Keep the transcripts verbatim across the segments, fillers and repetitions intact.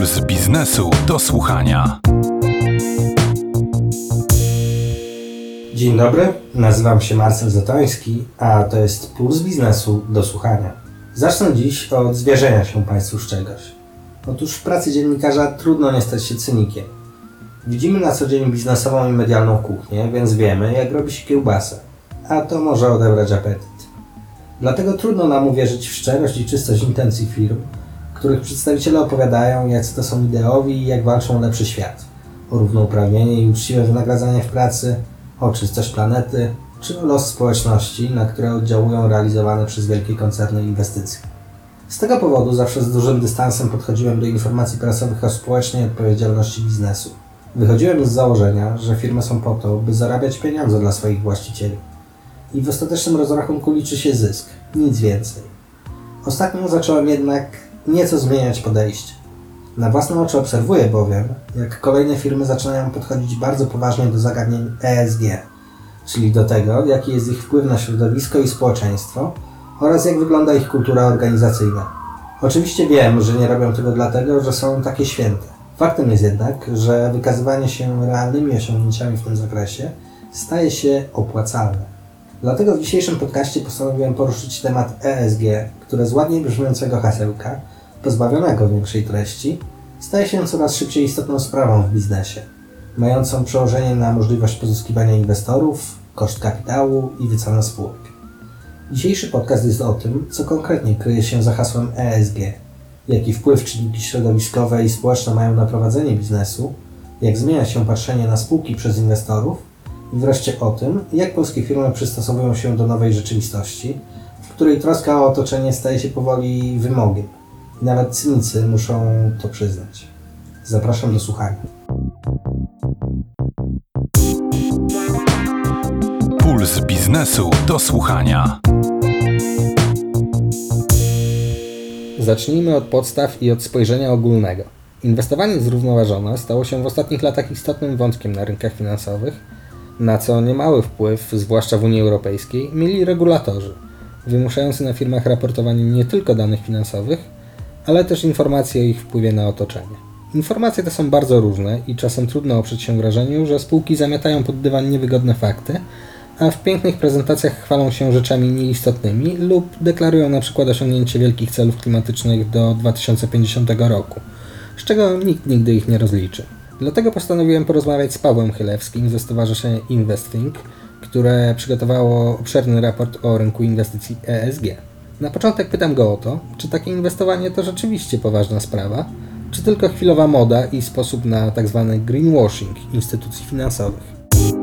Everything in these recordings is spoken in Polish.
Puls biznesu do słuchania. Dzień dobry, nazywam się Marcel Zatoński, a to jest Puls biznesu do słuchania. Zacznę dziś od zwierzenia się Państwu z czegoś. Otóż w pracy dziennikarza trudno nie stać się cynikiem. Widzimy na co dzień biznesową i medialną kuchnię, więc wiemy, jak robi się kiełbasę, a to może odebrać apetyt. Dlatego trudno nam uwierzyć w szczerość i czystość intencji firm, których przedstawiciele opowiadają, jacy to są ideowi i jak walczą o lepszy świat, o równouprawnienie i uczciwe wynagradzanie w pracy, o czystość planety, czy o los społeczności, na które oddziałują realizowane przez wielkie koncerny inwestycje. Z tego powodu zawsze z dużym dystansem podchodziłem do informacji prasowych o społecznej odpowiedzialności biznesu. Wychodziłem z założenia, że firmy są po to, by zarabiać pieniądze dla swoich właścicieli. I w ostatecznym rozrachunku liczy się zysk, nic więcej. Ostatnio zacząłem jednak nieco zmieniać podejście. Na własne oczy obserwuję bowiem, jak kolejne firmy zaczynają podchodzić bardzo poważnie do zagadnień E S G, czyli do tego, jaki jest ich wpływ na środowisko i społeczeństwo oraz jak wygląda ich kultura organizacyjna. Oczywiście wiem, że nie robią tego dlatego, że są takie święte. Faktem jest jednak, że wykazywanie się realnymi osiągnięciami w tym zakresie staje się opłacalne. Dlatego w dzisiejszym podcaście postanowiłem poruszyć temat E S G, które z ładnie brzmiącego hasełka, pozbawionego większej treści, staje się coraz szybciej istotną sprawą w biznesie, mającą przełożenie na możliwość pozyskiwania inwestorów, koszt kapitału i wycenę spółek. Dzisiejszy podcast jest o tym, co konkretnie kryje się za hasłem E S G, jaki wpływ czynniki środowiskowe i społeczne mają na prowadzenie biznesu, jak zmienia się patrzenie na spółki przez inwestorów, i wreszcie o tym, jak polskie firmy przystosowują się do nowej rzeczywistości, w której troska o otoczenie staje się powoli wymogiem. I nawet cynicy muszą to przyznać. Zapraszam do słuchania. Puls biznesu do słuchania. Zacznijmy od podstaw i od spojrzenia ogólnego. Inwestowanie zrównoważone stało się w ostatnich latach istotnym wątkiem na rynkach finansowych, na co niemały wpływ, zwłaszcza w Unii Europejskiej, mieli regulatorzy, wymuszający na firmach raportowanie nie tylko danych finansowych, ale też informacji o ich wpływie na otoczenie. Informacje te są bardzo różne i czasem trudno oprzeć się wrażeniu, że spółki zamiatają pod dywan niewygodne fakty, a w pięknych prezentacjach chwalą się rzeczami nieistotnymi lub deklarują na przykład osiągnięcie wielkich celów klimatycznych do dwa tysiące pięćdziesiątego roku, z czego nikt nigdy ich nie rozliczy. Dlatego postanowiłem porozmawiać z Pawłem Chylewskim ze Stowarzyszenia InvestThink, które przygotowało obszerny raport o rynku inwestycji E S G. Na początek pytam go o to, czy takie inwestowanie to rzeczywiście poważna sprawa, czy tylko chwilowa moda i sposób na tzw. greenwashing instytucji finansowych.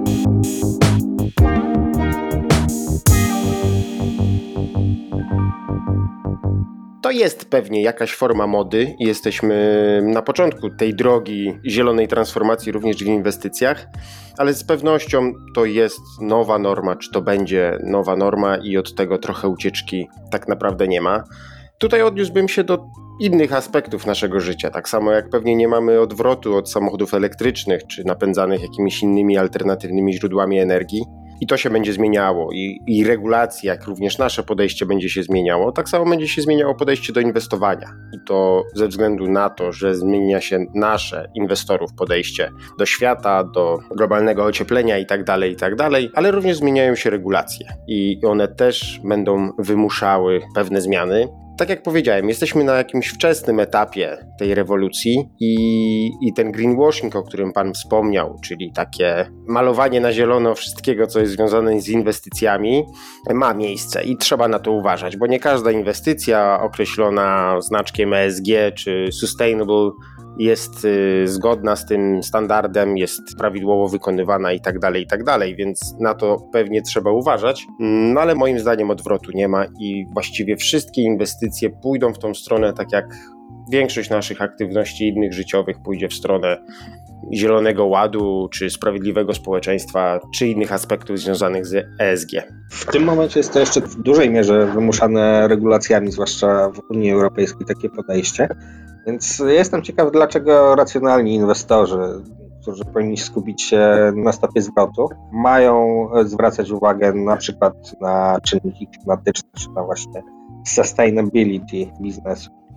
To jest pewnie jakaś forma mody i jesteśmy na początku tej drogi zielonej transformacji również w inwestycjach, ale z pewnością to jest nowa norma, czy to będzie nowa norma i od tego trochę ucieczki tak naprawdę nie ma. Tutaj odniósłbym się do innych aspektów naszego życia, tak samo jak pewnie nie mamy odwrotu od samochodów elektrycznych, czy napędzanych jakimiś innymi alternatywnymi źródłami energii. I to się będzie zmieniało i, i regulacje, jak również nasze podejście będzie się zmieniało. Tak samo będzie się zmieniało podejście do inwestowania. I to ze względu na to, że zmienia się nasze inwestorów podejście do świata, do globalnego ocieplenia i tak dalej, i tak dalej, ale również zmieniają się regulacje i one też będą wymuszały pewne zmiany. Tak jak powiedziałem, jesteśmy na jakimś wczesnym etapie tej rewolucji i, i ten greenwashing, o którym Pan wspomniał, czyli takie malowanie na zielono wszystkiego, co jest związane z inwestycjami, ma miejsce i trzeba na to uważać, bo nie każda inwestycja określona znaczkiem E S G czy sustainable jest y, zgodna z tym standardem, jest prawidłowo wykonywana i tak dalej, i tak dalej, więc na to pewnie trzeba uważać, no ale moim zdaniem odwrotu nie ma i właściwie wszystkie inwestycje pójdą w tą stronę, tak jak większość naszych aktywności innych życiowych pójdzie w stronę zielonego ładu, czy sprawiedliwego społeczeństwa, czy innych aspektów związanych z E S G. W tym momencie jest to jeszcze w dużej mierze wymuszane regulacjami, zwłaszcza w Unii Europejskiej takie podejście. Więc jestem ciekaw, dlaczego racjonalni inwestorzy, którzy powinni skupić się na stopie zwrotu, mają zwracać uwagę na przykład na czynniki klimatyczne, czy na właśnie sustainability biznesu.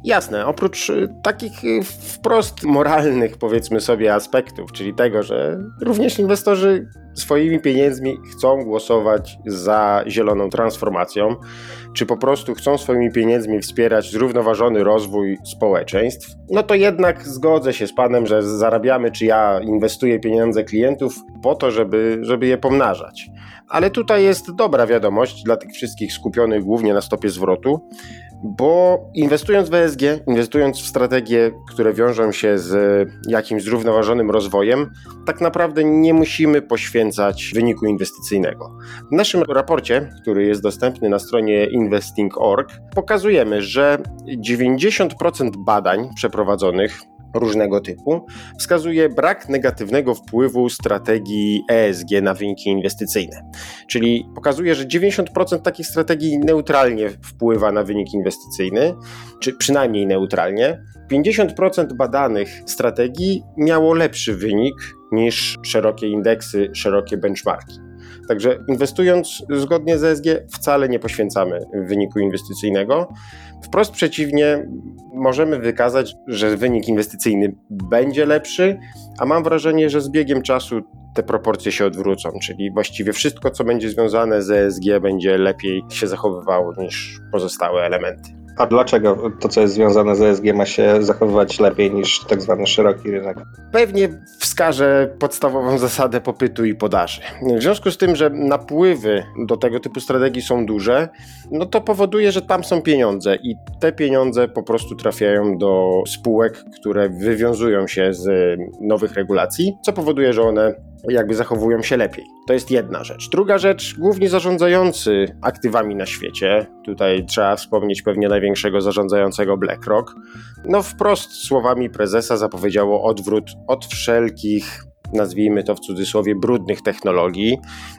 Jasne, oprócz y, takich y, wprost moralnych, powiedzmy sobie, aspektów, czyli tego, że również inwestorzy swoimi pieniędzmi chcą głosować za zieloną transformacją, czy po prostu chcą swoimi pieniędzmi wspierać zrównoważony rozwój społeczeństw, no to jednak zgodzę się z panem, że zarabiamy, czy ja inwestuję pieniądze klientów po to, żeby, żeby je pomnażać. Ale tutaj jest dobra wiadomość dla tych wszystkich skupionych głównie na stopie zwrotu, bo inwestując w E S G, inwestując w strategie, które wiążą się z jakimś zrównoważonym rozwojem, tak naprawdę nie musimy poświęcać wyniku inwestycyjnego. W naszym raporcie, który jest dostępny na stronie investing kropka org, pokazujemy, że dziewięćdziesiąt procent badań przeprowadzonych różnego typu wskazuje brak negatywnego wpływu strategii E S G na wyniki inwestycyjne. Czyli pokazuje, że dziewięćdziesiąt procent takich strategii neutralnie wpływa na wynik inwestycyjny, czy przynajmniej neutralnie. pięćdziesiąt procent badanych strategii miało lepszy wynik niż szerokie indeksy, szerokie benchmarki. Także inwestując zgodnie z E S G wcale nie poświęcamy wyniku inwestycyjnego. Wprost przeciwnie, możemy wykazać, że wynik inwestycyjny będzie lepszy, a mam wrażenie, że z biegiem czasu te proporcje się odwrócą, czyli właściwie wszystko, co będzie związane z E S G, będzie lepiej się zachowywało niż pozostałe elementy. A dlaczego to, co jest związane z E S G, ma się zachowywać lepiej niż tak zwany szeroki rynek? Pewnie wskażę podstawową zasadę popytu i podaży. W związku z tym, że napływy do tego typu strategii są duże, no to powoduje, że tam są pieniądze i te pieniądze po prostu trafiają do spółek, które wywiązują się z nowych regulacji, co powoduje, że one jakby zachowują się lepiej. To jest jedna rzecz. Druga rzecz, głównie zarządzający aktywami na świecie, tutaj trzeba wspomnieć pewnie największego zarządzającego BlackRock, no wprost słowami prezesa zapowiedziało odwrót od wszelkich, nazwijmy to w cudzysłowie, brudnych technologii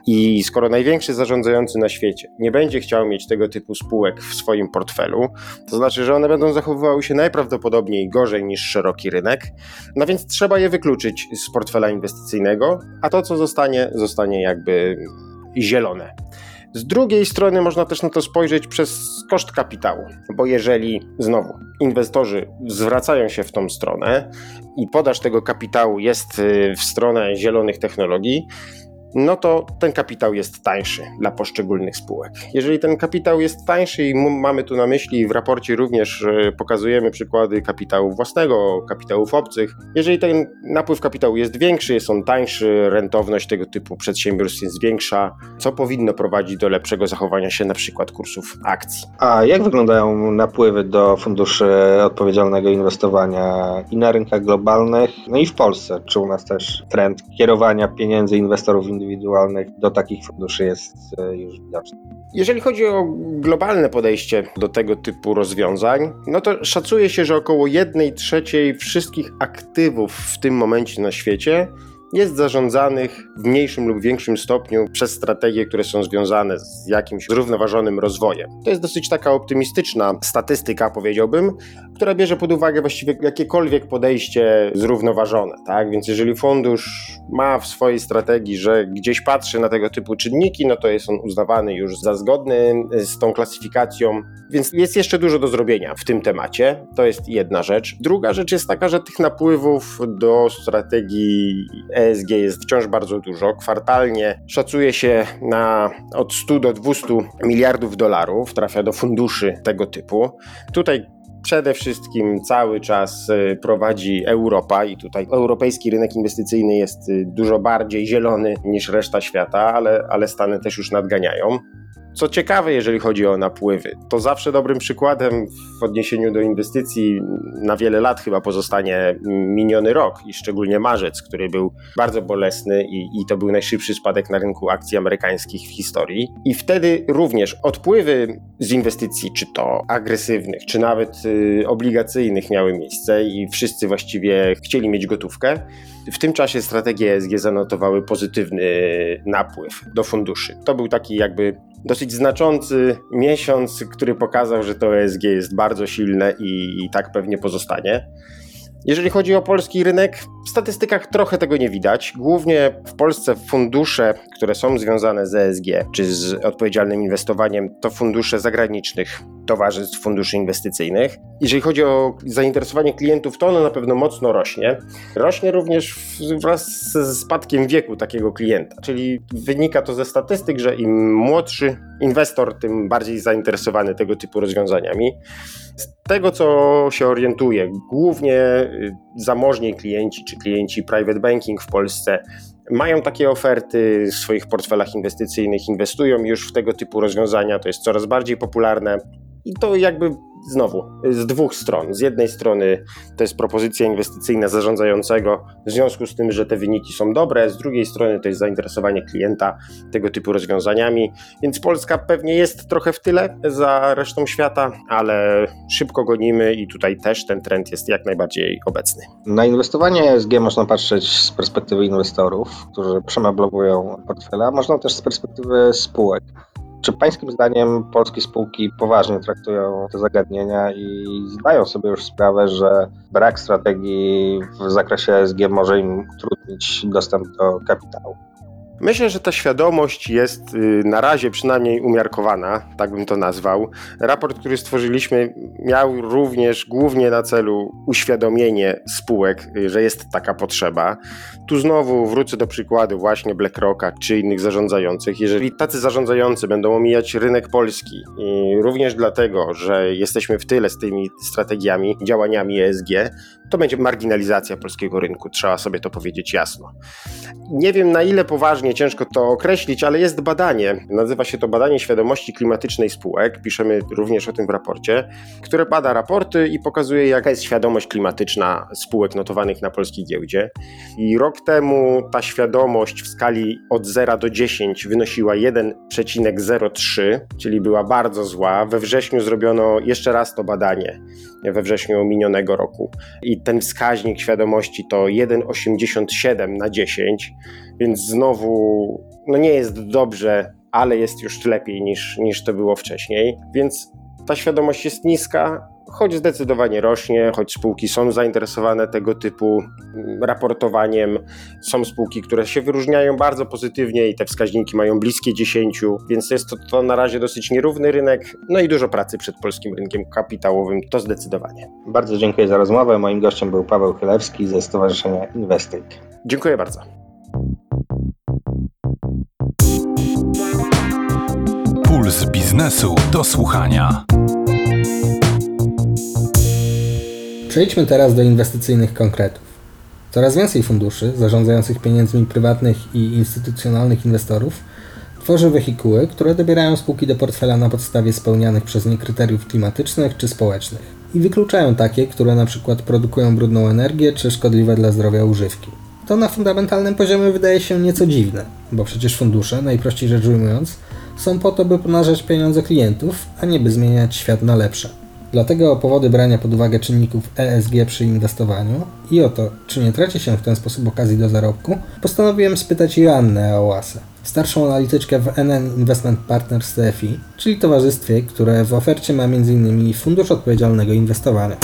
i skoro największy zarządzający na świecie nie będzie chciał mieć tego typu spółek w swoim portfelu, to znaczy, że one będą zachowywały się najprawdopodobniej gorzej niż szeroki rynek, no więc trzeba je wykluczyć z portfela inwestycyjnego, a to, co zostanie, zostanie jakby zielone. Z drugiej strony można też na to spojrzeć przez koszt kapitału, bo jeżeli znowu inwestorzy zwracają się w tą stronę i podaż tego kapitału jest w stronę zielonych technologii, no to ten kapitał jest tańszy dla poszczególnych spółek. Jeżeli ten kapitał jest tańszy i m- mamy tu na myśli, w raporcie również y, pokazujemy przykłady kapitału własnego, kapitałów obcych, jeżeli ten napływ kapitału jest większy, jest on tańszy, rentowność tego typu przedsiębiorstw jest większa, co powinno prowadzić do lepszego zachowania się na przykład kursów akcji. A jak wyglądają napływy do funduszy odpowiedzialnego inwestowania i na rynkach globalnych, no i w Polsce? Czy u nas też trend kierowania pieniędzy inwestorów indywidualnych do takich funduszy jest już widoczny? Jeżeli chodzi o globalne podejście do tego typu rozwiązań, no to szacuje się, że około jednej trzeciej wszystkich aktywów w tym momencie na świecie jest zarządzanych w mniejszym lub większym stopniu przez strategie, które są związane z jakimś zrównoważonym rozwojem. To jest dosyć taka optymistyczna statystyka, powiedziałbym, która bierze pod uwagę właściwie jakiekolwiek podejście zrównoważone, tak? Więc jeżeli fundusz ma w swojej strategii, że gdzieś patrzy na tego typu czynniki, no to jest on uznawany już za zgodny z tą klasyfikacją, więc jest jeszcze dużo do zrobienia w tym temacie. To jest jedna rzecz. Druga rzecz jest taka, że tych napływów do strategii E S G jest wciąż bardzo dużo. Kwartalnie szacuje się na od stu do dwustu miliardów dolarów trafia do funduszy tego typu. Tutaj przede wszystkim cały czas prowadzi Europa i tutaj europejski rynek inwestycyjny jest dużo bardziej zielony niż reszta świata, ale, ale Stany też już nadganiają. Co ciekawe, jeżeli chodzi o napływy, to zawsze dobrym przykładem w odniesieniu do inwestycji na wiele lat chyba pozostanie miniony rok i szczególnie marzec, który był bardzo bolesny i, i to był najszybszy spadek na rynku akcji amerykańskich w historii. I wtedy również odpływy z inwestycji, czy to agresywnych, czy nawet y, obligacyjnych miały miejsce i wszyscy właściwie chcieli mieć gotówkę. W tym czasie strategie E S G zanotowały pozytywny napływ do funduszy. To był taki jakby dosyć znaczący miesiąc, który pokazał, że to E S G jest bardzo silne i, i tak pewnie pozostanie. Jeżeli chodzi o polski rynek, w statystykach trochę tego nie widać. Głównie w Polsce fundusze, które są związane z E S G czy z odpowiedzialnym inwestowaniem, to fundusze zagranicznych towarzystw funduszy inwestycyjnych. Jeżeli chodzi o zainteresowanie klientów, to ono na pewno mocno rośnie. Rośnie również wraz ze spadkiem wieku takiego klienta, czyli wynika to ze statystyk, że im młodszy inwestor, tym bardziej zainteresowany tego typu rozwiązaniami. Z tego, co się orientuję, głównie zamożni klienci czy klienci private banking w Polsce mają takie oferty w swoich portfelach inwestycyjnych, inwestują już w tego typu rozwiązania, to jest coraz bardziej popularne i to jakby znowu z dwóch stron. Z jednej strony to jest propozycja inwestycyjna zarządzającego w związku z tym, że te wyniki są dobre, z drugiej strony to jest zainteresowanie klienta tego typu rozwiązaniami, więc Polska pewnie jest trochę w tyle za resztą świata, ale szybko gonimy i tutaj też ten trend jest jak najbardziej obecny. Na inwestowanie E S G można patrzeć z perspektywy inwestorów, którzy przemeblowują portfele, a można też z perspektywy spółek. Czy pańskim zdaniem polskie spółki poważnie traktują te zagadnienia i zdają sobie już sprawę, że brak strategii w zakresie E S G może im utrudnić dostęp do kapitału? Myślę, że ta świadomość jest na razie przynajmniej umiarkowana, tak bym to nazwał. Raport, który stworzyliśmy, miał również głównie na celu uświadomienie spółek, że jest taka potrzeba. Tu znowu wrócę do przykładu właśnie BlackRocka czy innych zarządzających. Jeżeli tacy zarządzający będą omijać rynek polski i również dlatego, że jesteśmy w tyle z tymi strategiami, działaniami E S G, to będzie marginalizacja polskiego rynku, trzeba sobie to powiedzieć jasno. Nie wiem, na ile poważnie, ciężko to określić, ale jest badanie, nazywa się to badanie świadomości klimatycznej spółek, piszemy również o tym w raporcie, które bada raporty i pokazuje, jaka jest świadomość klimatyczna spółek notowanych na polskiej giełdzie. I rok temu ta świadomość w skali od zera do dziesięciu wynosiła jeden przecinek zero trzy, czyli była bardzo zła. We wrześniu zrobiono jeszcze raz to badanie, we wrześniu minionego roku. I ten wskaźnik świadomości to jeden przecinek osiemdziesiąt siedem na dziesięć, więc znowu no nie jest dobrze, ale jest już lepiej niż, niż to było wcześniej. Więc ta świadomość jest niska, choć zdecydowanie rośnie, choć spółki są zainteresowane tego typu raportowaniem. Są spółki, które się wyróżniają bardzo pozytywnie i te wskaźniki mają bliskie dziesięciu, więc jest to, to na razie dosyć nierówny rynek, no i dużo pracy przed polskim rynkiem kapitałowym, to zdecydowanie. Bardzo dziękuję za rozmowę. Moim gościem był Paweł Chylewski ze Stowarzyszenia Inwestyk. Dziękuję bardzo. Puls biznesu do słuchania. Przejdźmy teraz do inwestycyjnych konkretów. Coraz więcej funduszy zarządzających pieniędzmi prywatnych i instytucjonalnych inwestorów tworzy wehikuły, które dobierają spółki do portfela na podstawie spełnianych przez nie kryteriów klimatycznych czy społecznych i wykluczają takie, które na przykład produkują brudną energię czy szkodliwe dla zdrowia używki. To na fundamentalnym poziomie wydaje się nieco dziwne, bo przecież fundusze, najprościej rzecz ujmując, są po to, by pomnażać pieniądze klientów, a nie by zmieniać świat na lepsze. Dlatego o powody brania pod uwagę czynników E S G przy inwestowaniu i o to, czy nie traci się w ten sposób okazji do zarobku, postanowiłem spytać Joannę Ołasę, starszą analityczkę w N N Investment Partners T F I, czyli towarzystwie, które w ofercie ma między innymi Fundusz Odpowiedzialnego Inwestowania.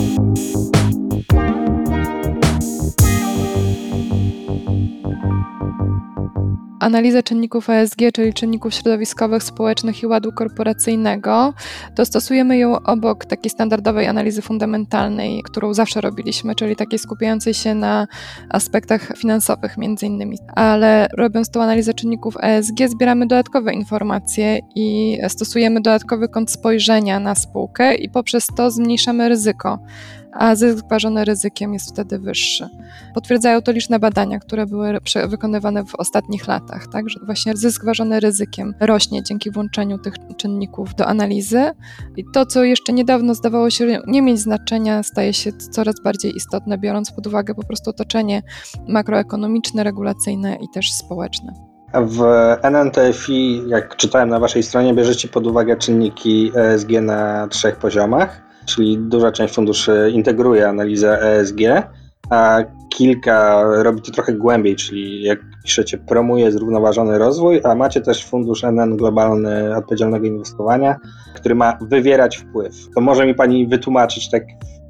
Analizę czynników E S G, czyli czynników środowiskowych, społecznych i ładu korporacyjnego, to stosujemy ją obok takiej standardowej analizy fundamentalnej, którą zawsze robiliśmy, czyli takiej skupiającej się na aspektach finansowych między innymi. Ale robiąc tą analizę czynników E S G, zbieramy dodatkowe informacje i stosujemy dodatkowy kąt spojrzenia na spółkę i poprzez to zmniejszamy ryzyko, a zysk ważony ryzykiem jest wtedy wyższy. Potwierdzają to liczne badania, które były wykonywane w ostatnich latach, tak, że właśnie zysk ważony ryzykiem rośnie dzięki włączeniu tych czynników do analizy i to, co jeszcze niedawno zdawało się nie mieć znaczenia, staje się coraz bardziej istotne, biorąc pod uwagę po prostu otoczenie makroekonomiczne, regulacyjne i też społeczne. A w N N T F I, jak czytałem na waszej stronie, bierzecie pod uwagę czynniki E S G na trzech poziomach, czyli duża część funduszy integruje analizę E S G, a kilka robi to trochę głębiej, czyli jak piszecie, promuje zrównoważony rozwój, a macie też fundusz N N Globalny Odpowiedzialnego Inwestowania, który ma wywierać wpływ. To może mi pani wytłumaczyć tak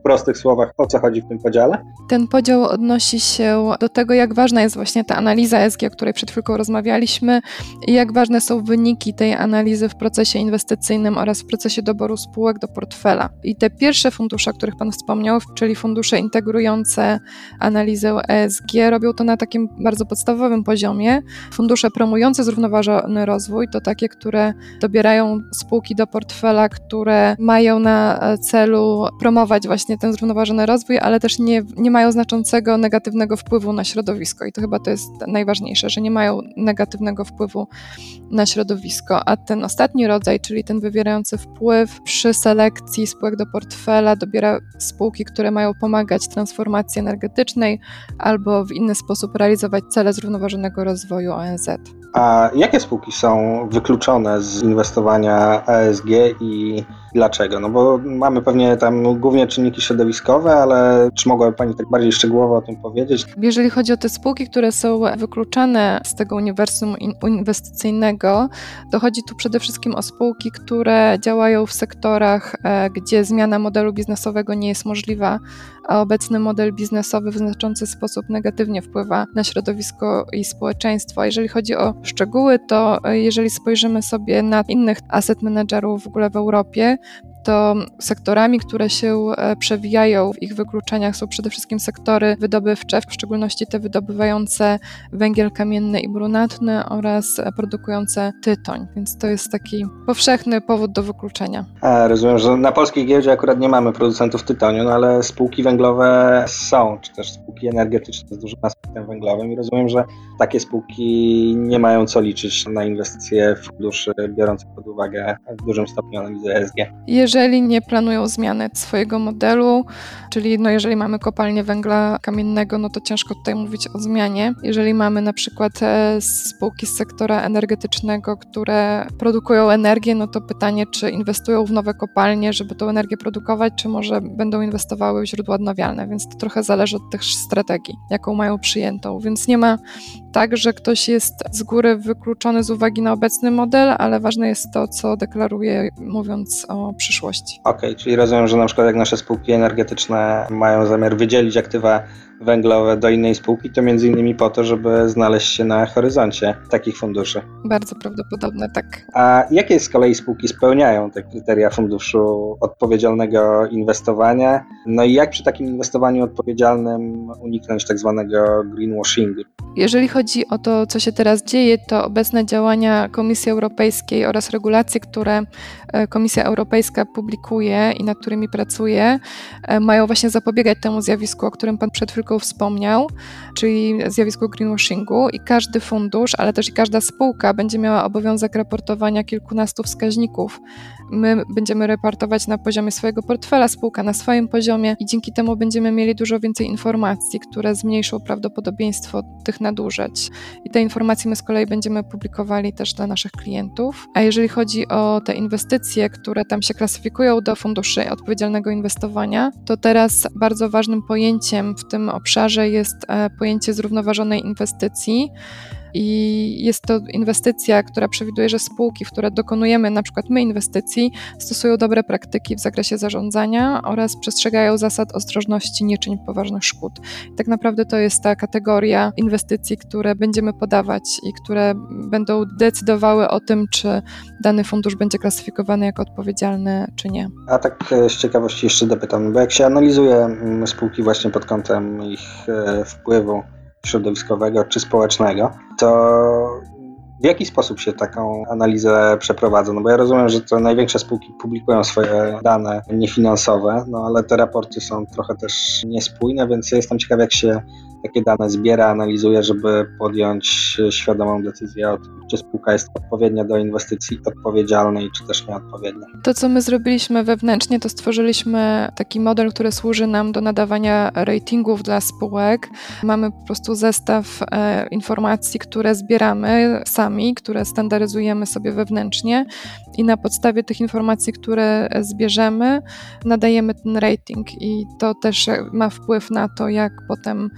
w prostych słowach, o co chodzi w tym podziale? Ten podział odnosi się do tego, jak ważna jest właśnie ta analiza E S G, o której przed chwilką rozmawialiśmy i jak ważne są wyniki tej analizy w procesie inwestycyjnym oraz w procesie doboru spółek do portfela. I te pierwsze fundusze, o których Pan wspomniał, czyli fundusze integrujące analizę E S G, robią to na takim bardzo podstawowym poziomie. Fundusze promujące zrównoważony rozwój to takie, które dobierają spółki do portfela, które mają na celu promować właśnie ten zrównoważony rozwój, ale też nie, nie mają znaczącego negatywnego wpływu na środowisko. I to chyba to jest najważniejsze, że nie mają negatywnego wpływu na środowisko. A ten ostatni rodzaj, czyli ten wywierający wpływ przy selekcji spółek do portfela, dobiera spółki, które mają pomagać transformacji energetycznej albo w inny sposób realizować cele zrównoważonego rozwoju O N Z. A jakie spółki są wykluczone z inwestowania E S G i dlaczego? No bo mamy pewnie tam głównie czynniki środowiskowe, ale czy mogłaby Pani tak bardziej szczegółowo o tym powiedzieć? Jeżeli chodzi o te spółki, które są wykluczane z tego uniwersum inwestycyjnego, to chodzi tu przede wszystkim o spółki, które działają w sektorach, gdzie zmiana modelu biznesowego nie jest możliwa, a obecny model biznesowy w znaczący sposób negatywnie wpływa na środowisko i społeczeństwo. Jeżeli chodzi o szczegóły, to jeżeli spojrzymy sobie na innych asset managerów w ogóle w Europie, to sektorami, które się przewijają w ich wykluczeniach są przede wszystkim sektory wydobywcze, w szczególności te wydobywające węgiel kamienny i brunatny oraz produkujące tytoń, więc to jest taki powszechny powód do wykluczenia. A, rozumiem, że na polskiej giełdzie akurat nie mamy producentów tytoniu, no ale spółki węglowe są, czy też spółki energetyczne z dużym aspektem węglowym i rozumiem, że takie spółki nie mają co liczyć na inwestycje w funduszy biorących pod uwagę w dużym stopniu analizę E S G. Jeżeli nie planują zmiany swojego modelu, czyli no jeżeli mamy kopalnię węgla kamiennego, no to ciężko tutaj mówić o zmianie. Jeżeli mamy na przykład spółki z sektora energetycznego, które produkują energię, no to pytanie, czy inwestują w nowe kopalnie, żeby tą energię produkować, czy może będą inwestowały w źródła odnawialne, więc to trochę zależy od tych strategii, jaką mają przyjętą, więc nie ma tak, że ktoś jest z góry wykluczony z uwagi na obecny model, ale ważne jest to, co deklaruje, mówiąc o przyszłości. Okej, okay, czyli rozumiem, że na przykład jak nasze spółki energetyczne mają zamiar wydzielić aktywa węglowe do innej spółki, to między innymi po to, żeby znaleźć się na horyzoncie takich funduszy. Bardzo prawdopodobne, tak. A jakie z kolei spółki spełniają te kryteria funduszu odpowiedzialnego inwestowania? No i jak przy takim inwestowaniu odpowiedzialnym uniknąć tak zwanego greenwashingu? Jeżeli chodzi o to, co się teraz dzieje, to obecne działania Komisji Europejskiej oraz regulacje, które Komisja Europejska publikuje i nad którymi pracuje, mają właśnie zapobiegać temu zjawisku, o którym Pan przed chwilką wspomniał, czyli zjawisku greenwashingu i każdy fundusz, ale też i każda spółka będzie miała obowiązek raportowania kilkunastu wskaźników. My będziemy raportować na poziomie swojego portfela, spółka na swoim poziomie i dzięki temu będziemy mieli dużo więcej informacji, które zmniejszą prawdopodobieństwo tych nadużyć. I te informacje my z kolei będziemy publikowali też dla naszych klientów. A jeżeli chodzi o te inwestycje, które tam się klasyfikują do funduszy odpowiedzialnego inwestowania, to teraz bardzo ważnym pojęciem w tym obszarze jest pojęcie zrównoważonej inwestycji. I jest to inwestycja, która przewiduje, że spółki, w które dokonujemy na przykład my inwestycji, stosują dobre praktyki w zakresie zarządzania oraz przestrzegają zasad ostrożności, nie czyń poważnych szkód. I tak naprawdę to jest ta kategoria inwestycji, które będziemy podawać i które będą decydowały o tym, czy dany fundusz będzie klasyfikowany jako odpowiedzialny, czy nie. A tak z ciekawości jeszcze dopytam, bo jak się analizuje spółki właśnie pod kątem ich wpływu środowiskowego czy społecznego, to w jaki sposób się taką analizę przeprowadza? No bo ja rozumiem, że to największe spółki publikują swoje dane niefinansowe, no ale te raporty są trochę też niespójne, więc ja jestem ciekaw, jak się takie dane zbiera, analizuje, żeby podjąć świadomą decyzję o tym, czy spółka jest odpowiednia do inwestycji odpowiedzialnej, czy też nieodpowiednia. To, co my zrobiliśmy wewnętrznie, to stworzyliśmy taki model, który służy nam do nadawania ratingów dla spółek. Mamy po prostu zestaw e, informacji, które zbieramy sami, które standaryzujemy sobie wewnętrznie i na podstawie tych informacji, które zbierzemy, nadajemy ten rating i to też ma wpływ na to, jak potem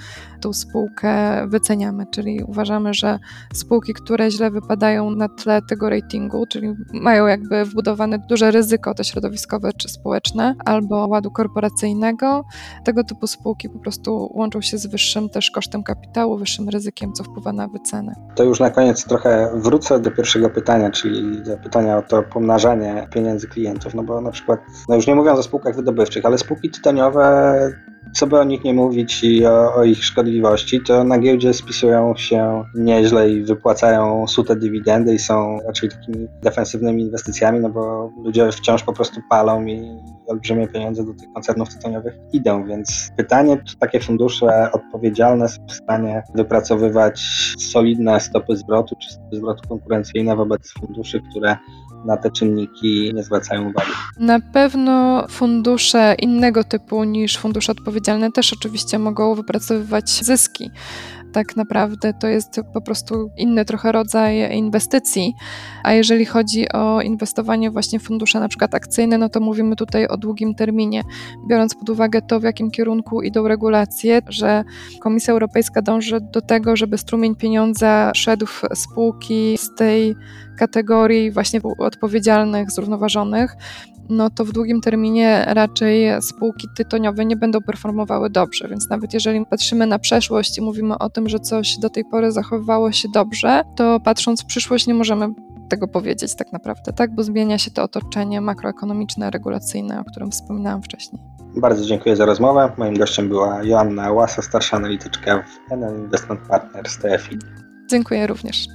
tą spółkę wyceniamy, czyli uważamy, że spółki, które źle wypadają na tle tego ratingu, czyli mają jakby wbudowane duże ryzyko to środowiskowe czy społeczne albo ładu korporacyjnego, tego typu spółki po prostu łączą się z wyższym też kosztem kapitału, wyższym ryzykiem, co wpływa na wycenę. To już na koniec trochę wrócę do pierwszego pytania, czyli do pytania o to pomnażanie pieniędzy klientów, no bo na przykład, no już nie mówiąc o spółkach wydobywczych, ale spółki tytoniowe, co by o nich nie mówić i o, o ich szkodliwości, to na giełdzie spisują się nieźle i wypłacają sute dywidendy i są raczej takimi defensywnymi inwestycjami, no bo ludzie wciąż po prostu palą i olbrzymie pieniądze do tych koncernów tytoniowych idą, więc pytanie, czy takie fundusze odpowiedzialne są w stanie wypracowywać solidne stopy zwrotu, czy stopy zwrotu konkurencyjne wobec funduszy, które na te czynniki nie zwracają uwagi. Na pewno fundusze innego typu niż fundusze odpowiedzialne też oczywiście mogą wypracowywać zyski. Tak naprawdę to jest po prostu inny trochę rodzaj inwestycji, a jeżeli chodzi o inwestowanie właśnie w fundusze na przykład akcyjne, no to mówimy tutaj o długim terminie, biorąc pod uwagę to, w jakim kierunku idą regulacje, że Komisja Europejska dąży do tego, żeby strumień pieniądza szedł w spółki z tej kategorii właśnie odpowiedzialnych, zrównoważonych, no to w długim terminie raczej spółki tytoniowe nie będą performowały dobrze, więc nawet jeżeli patrzymy na przeszłość i mówimy o tym, że coś do tej pory zachowywało się dobrze, to patrząc w przyszłość nie możemy tego powiedzieć tak naprawdę, tak? Bo zmienia się to otoczenie makroekonomiczne, regulacyjne, o którym wspominałam wcześniej. Bardzo dziękuję za rozmowę. Moim gościem była Joanna Łasa, starsza analityczka w N L Investment Partners T F I. Dziękuję również.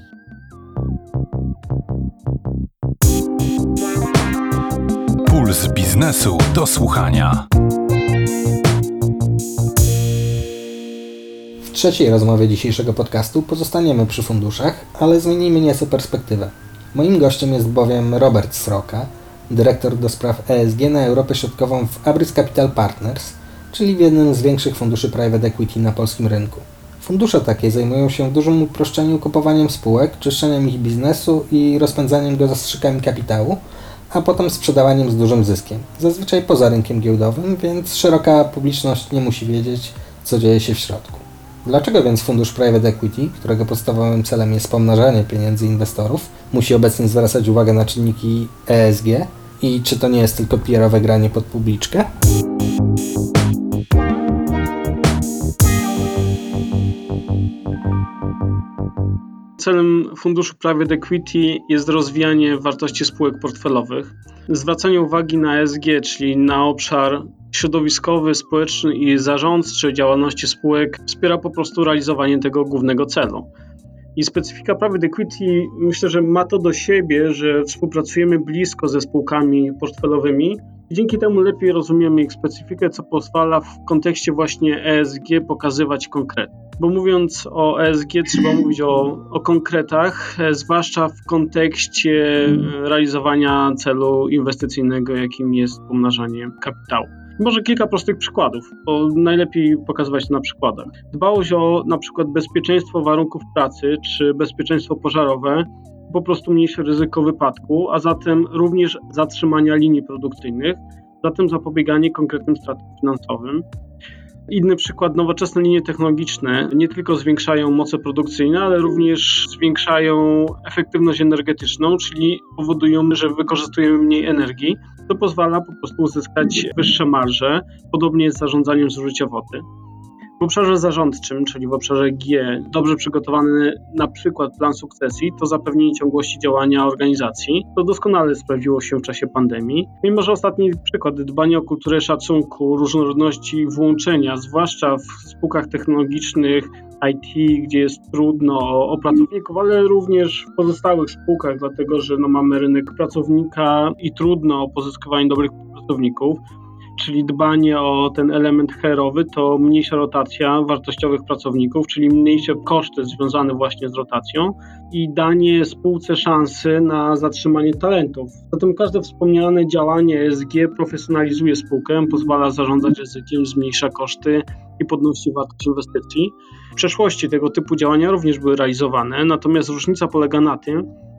Puls biznesu do słuchania. W trzeciej rozmowie dzisiejszego podcastu pozostaniemy przy funduszach, ale zmienimy nieco perspektywę. Moim gościem jest bowiem Robert Sroka, dyrektor do spraw E S G na Europę Środkową w Abris Capital Partners, czyli w jednym z większych funduszy private equity na polskim rynku. Fundusze takie zajmują się w dużym uproszczeniu kupowaniem spółek, czyszczeniem ich biznesu i rozpędzaniem go zastrzykami kapitału, a potem sprzedawaniem z dużym zyskiem. Zazwyczaj poza rynkiem giełdowym, więc szeroka publiczność nie musi wiedzieć, co dzieje się w środku. Dlaczego więc fundusz private equity, którego podstawowym celem jest pomnażanie pieniędzy inwestorów, musi obecnie zwracać uwagę na czynniki E S G? I czy to nie jest tylko P R-owe granie pod publiczkę? Celem funduszu private equity jest rozwijanie wartości spółek portfelowych, zwracanie uwagi na E S G, czyli na obszar środowiskowy, społeczny i zarządczy działalności spółek wspiera po prostu realizowanie tego głównego celu. I specyfika private equity myślę, że ma to do siebie, że współpracujemy blisko ze spółkami portfelowymi i dzięki temu lepiej rozumiemy ich specyfikę, co pozwala w kontekście właśnie E S G pokazywać konkrety. Bo mówiąc o E S G trzeba mówić o, o konkretach, zwłaszcza w kontekście realizowania celu inwestycyjnego, jakim jest pomnażanie kapitału. Może kilka prostych przykładów, bo najlepiej pokazywać to na przykładach. Dbałość o na przykład bezpieczeństwo warunków pracy czy bezpieczeństwo pożarowe, po prostu mniejsze ryzyko wypadku, a zatem również zatrzymania linii produkcyjnych, zatem zapobieganie konkretnym stratom finansowym. Inny przykład, nowoczesne linie technologiczne nie tylko zwiększają moce produkcyjne, ale również zwiększają efektywność energetyczną, czyli powodują, że wykorzystujemy mniej energii, co pozwala po prostu uzyskać wyższe marże, podobnie jest z zarządzaniem zużycia wody. W obszarze zarządczym, czyli w obszarze G, dobrze przygotowany na przykład plan sukcesji to zapewnienie ciągłości działania organizacji. To doskonale sprawdziło się w czasie pandemii. Mimo że ostatni przykład, dbanie o kulturę szacunku, różnorodności i włączenia, zwłaszcza w spółkach technologicznych, I T, gdzie jest trudno o, o pracowników, ale również w pozostałych spółkach, dlatego że no, mamy rynek pracownika i trudno o pozyskiwanie dobrych pracowników. Czyli dbanie o ten element H R-owy, to mniejsza rotacja wartościowych pracowników, czyli mniejsze koszty związane właśnie z rotacją i danie spółce szansy na zatrzymanie talentów. Zatem każde wspomniane działanie E S G profesjonalizuje spółkę, pozwala zarządzać ryzykiem, zmniejsza koszty i podnosi wartość inwestycji. W przeszłości tego typu działania również były realizowane, natomiast różnica polega na tym,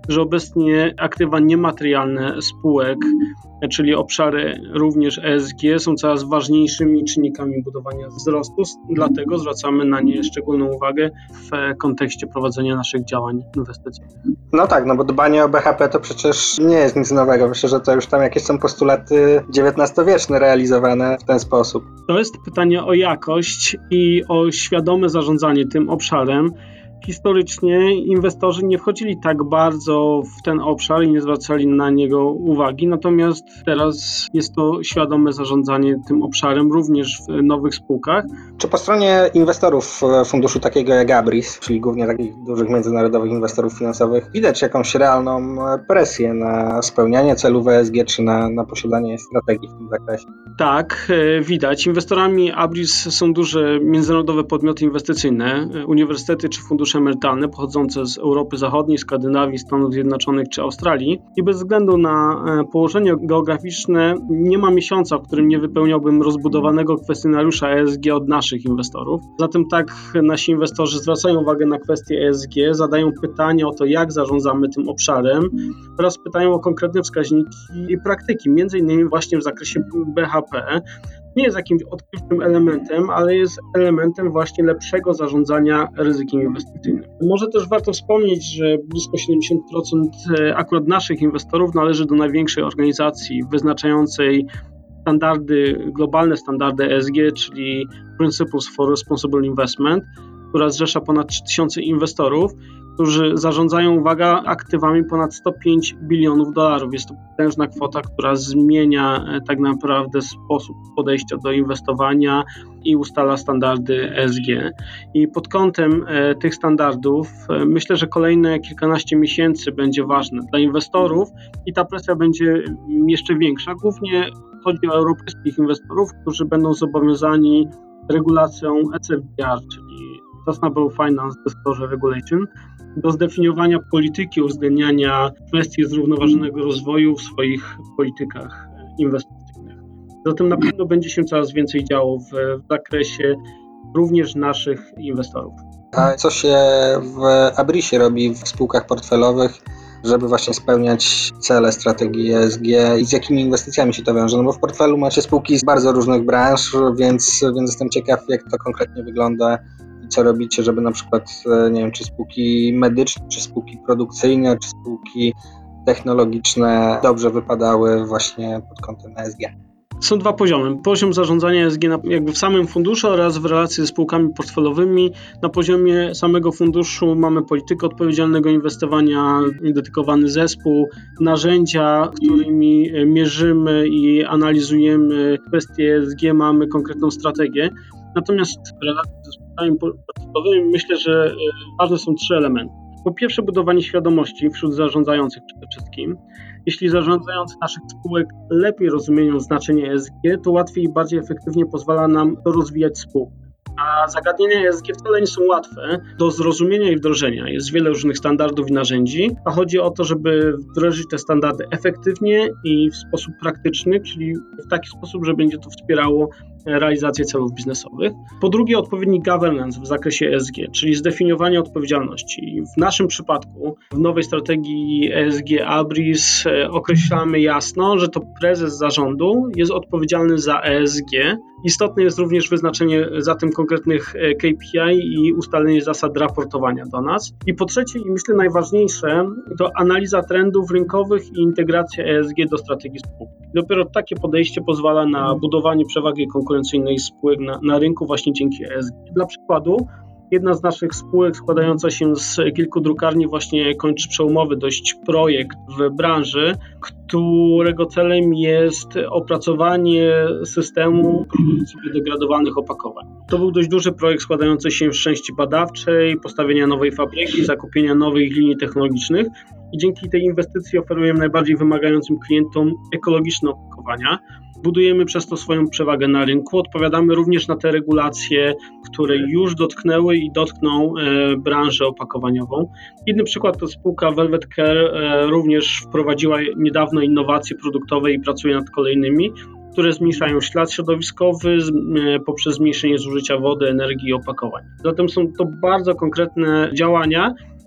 że obecnie aktywa niematerialne spółek, czyli obszary również E S G, są coraz ważniejszymi czynnikami budowania wzrostu, dlatego zwracamy na nie szczególną uwagę w kontekście prowadzenia naszych działań inwestycyjnych. No tak, no bo dbanie o B H P to przecież nie jest nic nowego. Myślę, że to już tam jakieś są postulaty dziewiętnastowieczne realizowane w ten sposób. To jest pytanie o jakość i o świadome zarządzanie tym obszarem. Historycznie inwestorzy nie wchodzili tak bardzo w ten obszar i nie zwracali na niego uwagi, natomiast teraz jest to świadome zarządzanie tym obszarem również w nowych spółkach. Czy po stronie inwestorów funduszu takiego jak Abris, czyli głównie takich dużych międzynarodowych inwestorów finansowych, widać jakąś realną presję na spełnianie celów E S G czy na, na posiadanie strategii w tym zakresie? Tak, widać. Inwestorami Abris są duże międzynarodowe podmioty inwestycyjne, uniwersytety czy fundusze emerytalne pochodzące z Europy Zachodniej, Skandynawii, Stanów Zjednoczonych czy Australii i bez względu na położenie geograficzne nie ma miesiąca, w którym nie wypełniałbym rozbudowanego kwestionariusza E S G od naszych inwestorów. Zatem tak nasi inwestorzy zwracają uwagę na kwestie E S G, zadają pytania o to, jak zarządzamy tym obszarem oraz pytają o konkretne wskaźniki i praktyki, między innymi właśnie w zakresie B H P. Nie jest jakimś odkrywczym elementem, ale jest elementem właśnie lepszego zarządzania ryzykiem inwestycyjnym. Może też warto wspomnieć, że blisko siedemdziesiąt procent akurat naszych inwestorów należy do największej organizacji wyznaczającej standardy, globalne standardy E S G, czyli Principles for Responsible Investment, która zrzesza ponad trzy tysiące inwestorów, którzy zarządzają, uwaga, aktywami ponad sto pięć bilionów dolarów. Jest to potężna kwota, która zmienia tak naprawdę sposób podejścia do inwestowania i ustala standardy E S G. I pod kątem e, tych standardów e, myślę, że kolejne kilkanaście miesięcy będzie ważne dla inwestorów i ta presja będzie jeszcze większa. Głównie chodzi o europejskich inwestorów, którzy będą zobowiązani regulacją S F D R, czyli Sustainable Finance Disclosure Regulation, do zdefiniowania polityki uwzględniania kwestii zrównoważonego rozwoju w swoich politykach inwestycyjnych. Zatem na pewno będzie się coraz więcej działo w, w zakresie również naszych inwestorów. A co się w Abrisie robi w spółkach portfelowych, żeby właśnie spełniać cele strategii E S G i z jakimi inwestycjami się to wiąże? No bo w portfelu macie spółki z bardzo różnych branż, więc, więc jestem ciekaw, jak to konkretnie wygląda i co robicie, żeby na przykład, nie wiem, czy spółki medyczne, czy spółki produkcyjne, czy spółki technologiczne dobrze wypadały właśnie pod kątem E S G. Są dwa poziomy. Poziom zarządzania E S G jakby w samym funduszu oraz w relacji ze spółkami portfelowymi. Na poziomie samego funduszu mamy politykę odpowiedzialnego inwestowania, dedykowany zespół, narzędzia, którymi mierzymy i analizujemy kwestie E S G, mamy konkretną strategię. Natomiast w relacji ze spółkami portfelowymi myślę, że ważne są trzy elementy. Po pierwsze, budowanie świadomości wśród zarządzających przede wszystkim. Jeśli zarządzający naszych spółek lepiej rozumieją znaczenie E S G, to łatwiej i bardziej efektywnie pozwala nam to rozwijać spółkę. A zagadnienia E S G wcale nie są łatwe do zrozumienia i wdrożenia. Jest wiele różnych standardów i narzędzi, a chodzi o to, żeby wdrożyć te standardy efektywnie i w sposób praktyczny, czyli w taki sposób, że będzie to wspierało realizację celów biznesowych. Po drugie, odpowiedni governance w zakresie E S G, czyli zdefiniowanie odpowiedzialności. W naszym przypadku w nowej strategii E S G Abris określamy jasno, że to prezes zarządu jest odpowiedzialny za E S G. Istotne jest również wyznaczenie zatem konkretnych K P I i ustalenie zasad raportowania do nas. I po trzecie, i myślę najważniejsze, to analiza trendów rynkowych i integracja E S G do strategii spółki. Dopiero takie podejście pozwala na budowanie przewagi konkurencyjnej spółek na, na rynku właśnie dzięki E S G. Dla przykładu, jedna z naszych spółek składająca się z kilku drukarni właśnie kończy przełomowy dość projekt w branży, którego celem jest opracowanie systemu produkcji biodegradowanych opakowań. To był dość duży projekt składający się z części badawczej, postawienia nowej fabryki, zakupienia nowych linii technologicznych i dzięki tej inwestycji oferujemy najbardziej wymagającym klientom ekologiczne opakowania. Budujemy przez to swoją przewagę na rynku. Odpowiadamy również na te regulacje, które już dotknęły i dotkną e, branżę opakowaniową. Inny przykład to spółka Velvet Care, e, również wprowadziła niedawno innowacje produktowe i pracuje nad kolejnymi, które zmniejszają ślad środowiskowy z, e, poprzez zmniejszenie zużycia wody, energii i opakowań. Zatem są to bardzo konkretne działania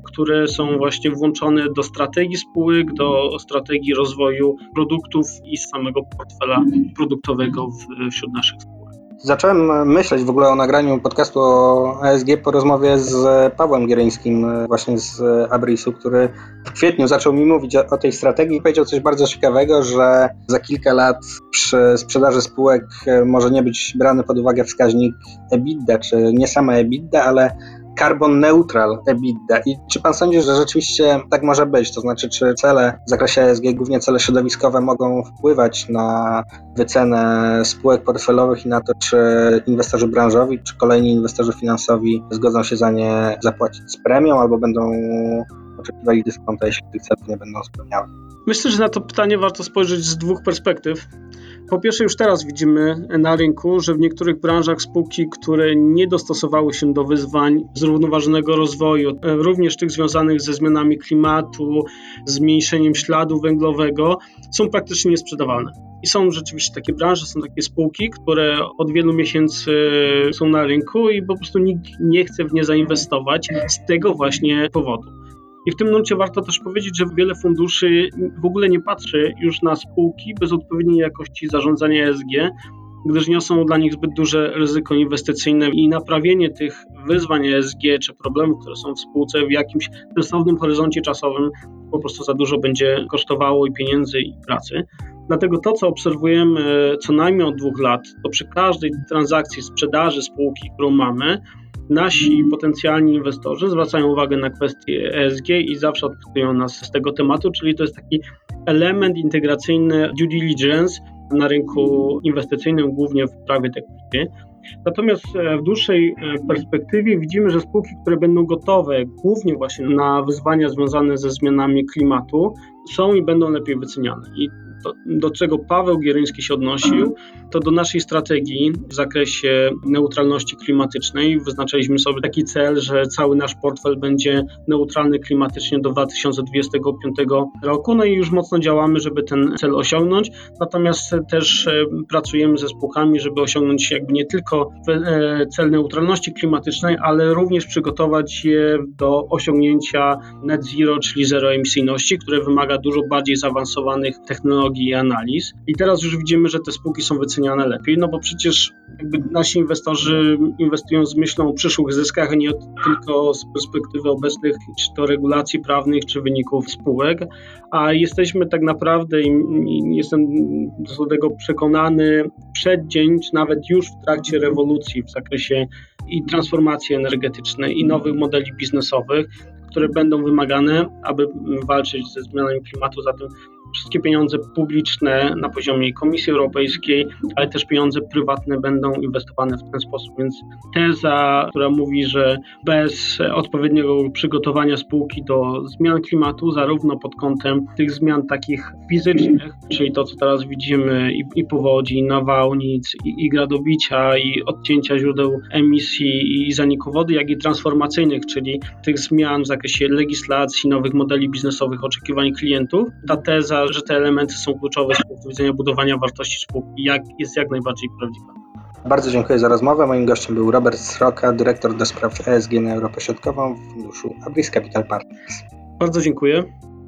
które są właśnie włączone do strategii spółek, do strategii rozwoju produktów i samego portfela produktowego w, wśród naszych spółek. Zacząłem myśleć w ogóle o nagraniu podcastu o E S G po rozmowie z Pawłem Gieryńskim, właśnie z Abrisu, który w kwietniu zaczął mi mówić o, o tej strategii i powiedział coś bardzo ciekawego, że za kilka lat przy sprzedaży spółek może nie być brany pod uwagę wskaźnik EBITDA, czy nie sama EBITDA, ale carbon neutral EBITDA. I czy pan sądzi, że rzeczywiście tak może być? To znaczy, czy cele w zakresie E S G, głównie cele środowiskowe, mogą wpływać na wycenę spółek portfelowych i na to, czy inwestorzy branżowi, czy kolejni inwestorzy finansowi zgodzą się za nie zapłacić z premią albo będą oczekiwali dyskonta, jeśli tych celów nie będą spełniały? Myślę, że na to pytanie warto spojrzeć z dwóch perspektyw. Po pierwsze, już teraz widzimy na rynku, że w niektórych branżach spółki, które nie dostosowały się do wyzwań zrównoważonego rozwoju, również tych związanych ze zmianami klimatu, zmniejszeniem śladu węglowego, są praktycznie niesprzedawalne. I są rzeczywiście takie branże, są takie spółki, które od wielu miesięcy są na rynku i po prostu nikt nie chce w nie zainwestować z tego właśnie powodu. I w tym momencie warto też powiedzieć, że wiele funduszy w ogóle nie patrzy już na spółki bez odpowiedniej jakości zarządzania E S G, gdyż niosą dla nich zbyt duże ryzyko inwestycyjne i naprawienie tych wyzwań E S G czy problemów, które są w spółce w jakimś sensownym horyzoncie czasowym po prostu za dużo będzie kosztowało i pieniędzy i pracy. Dlatego to, co obserwujemy co najmniej od dwóch lat, to przy każdej transakcji sprzedaży spółki, którą mamy, nasi potencjalni inwestorzy zwracają uwagę na kwestie E S G i zawsze odpytują nas z tego tematu, czyli to jest taki element integracyjny due diligence na rynku inwestycyjnym, głównie w private equity. Natomiast w dłuższej perspektywie widzimy, że spółki, które będą gotowe głównie właśnie na wyzwania związane ze zmianami klimatu, są i będą lepiej wyceniane. I to, do czego Paweł Gieryński się odnosił, to do naszej strategii w zakresie neutralności klimatycznej. Wyznaczyliśmy sobie taki cel, że cały nasz portfel będzie neutralny klimatycznie do dwa tysiące dwudziestego piątego roku. No i już mocno działamy, żeby ten cel osiągnąć. Natomiast też pracujemy ze spółkami, żeby osiągnąć jakby nie tylko cel neutralności klimatycznej, ale również przygotować je do osiągnięcia net zero, czyli zeroemisyjności, które wymaga dużo bardziej zaawansowanych technologii i analiz. I teraz już widzimy, że te spółki są wyceniane lepiej, no bo przecież jakby nasi inwestorzy inwestują z myślą o przyszłych zyskach, a nie tylko z perspektywy obecnych, czy to regulacji prawnych, czy wyników spółek, a jesteśmy tak naprawdę, i jestem do tego przekonany, przeddzień, czy nawet już w trakcie rewolucji w zakresie i transformacji energetycznej, i nowych modeli biznesowych, które będą wymagane, aby walczyć ze zmianami klimatu. Zatem wszystkie pieniądze publiczne na poziomie Komisji Europejskiej, ale też pieniądze prywatne będą inwestowane w ten sposób. Więc teza, która mówi, że bez odpowiedniego przygotowania spółki do zmian klimatu, zarówno pod kątem tych zmian takich fizycznych, czyli to, co teraz widzimy, i, i powodzi, i nawałnic, i, i gradobicia, i odcięcia źródeł emisji i zaniku wody, jak i transformacyjnych, czyli tych zmian w zakresie legislacji, nowych modeli biznesowych, oczekiwań klientów. Ta teza, że te elementy są kluczowe z punktu widzenia budowania wartości spółki, jak, jest jak najbardziej prawdziwa. Bardzo dziękuję za rozmowę. Moim gościem był Robert Sroka, dyrektor do spraw E S G na Europę Środkową w funduszu Abris Capital Partners. Bardzo dziękuję.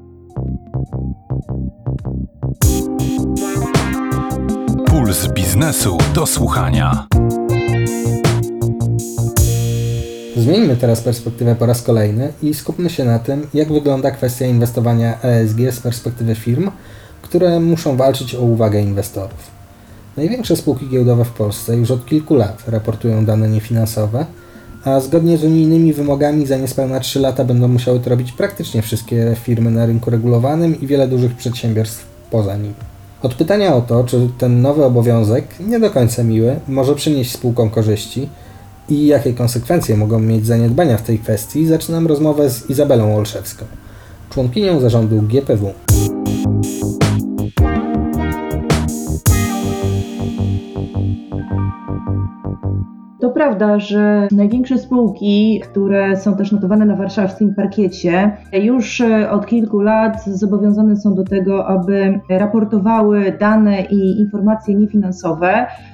Puls biznesu do słuchania. Zmieńmy teraz perspektywę po raz kolejny i skupmy się na tym, jak wygląda kwestia inwestowania E S G z perspektywy firm, które muszą walczyć o uwagę inwestorów. Największe spółki giełdowe w Polsce już od kilku lat raportują dane niefinansowe, a zgodnie z unijnymi wymogami za niespełna trzy lata będą musiały to robić praktycznie wszystkie firmy na rynku regulowanym i wiele dużych przedsiębiorstw poza nim. Od pytania o to, czy ten nowy obowiązek, nie do końca miły, może przynieść spółkom korzyści i jakie konsekwencje mogą mieć zaniedbania w tej kwestii, zaczynam rozmowę z Izabelą Olszewską, członkinią zarządu G P W. To prawda, że największe spółki, które są też notowane na warszawskim parkiecie, już od kilku lat zobowiązane są do tego, aby raportowały dane i informacje niefinansowe.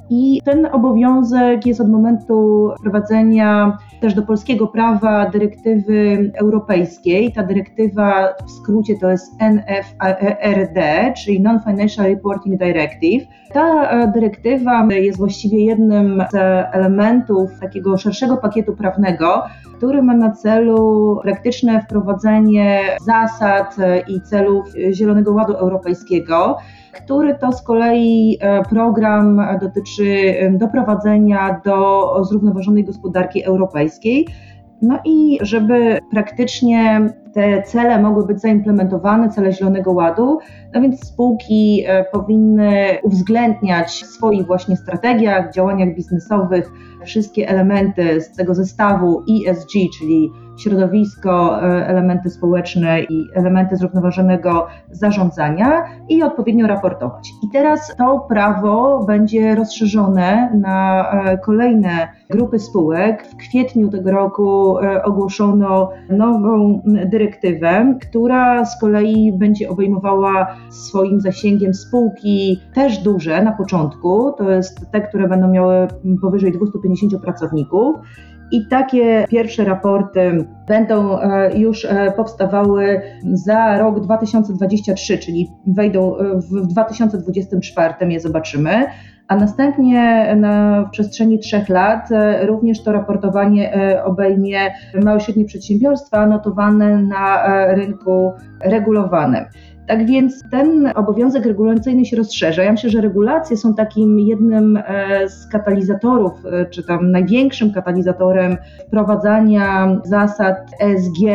I ten obowiązek jest od momentu wprowadzenia też do polskiego prawa dyrektywy europejskiej. Ta dyrektywa w skrócie to jest N F R D, czyli Non-Financial Reporting Directive. Ta dyrektywa jest właściwie jednym z elementów takiego szerszego pakietu prawnego, który ma na celu praktyczne wprowadzenie zasad i celów Zielonego Ładu Europejskiego, który to z kolei program dotyczy doprowadzenia do zrównoważonej gospodarki europejskiej. No i żeby praktycznie te cele mogły być zaimplementowane, cele Zielonego Ładu, no więc spółki powinny uwzględniać w swoich właśnie strategiach, działaniach biznesowych wszystkie elementy z tego zestawu E S G, czyli środowisko, elementy społeczne i elementy zrównoważonego zarządzania i odpowiednio raportować. I teraz to prawo będzie rozszerzone na kolejne grupy spółek. W kwietniu tego roku ogłoszono nową dyrektywę, która z kolei będzie obejmowała swoim zasięgiem spółki też duże na początku, to jest te, które będą miały powyżej dwieście pięćdziesiąt pracowników. I takie pierwsze raporty będą już powstawały za rok dwa tysiące dwudziesty trzeci, czyli wejdą w dwa tysiące dwudziestym czwartym, je zobaczymy, a następnie na, w przestrzeni trzech lat również to raportowanie obejmie małe i średnie przedsiębiorstwa notowane na rynku regulowanym. Tak więc ten obowiązek regulacyjny się rozszerza. Ja myślę, że regulacje są takim jednym z katalizatorów, czy tam największym katalizatorem wprowadzania zasad E S G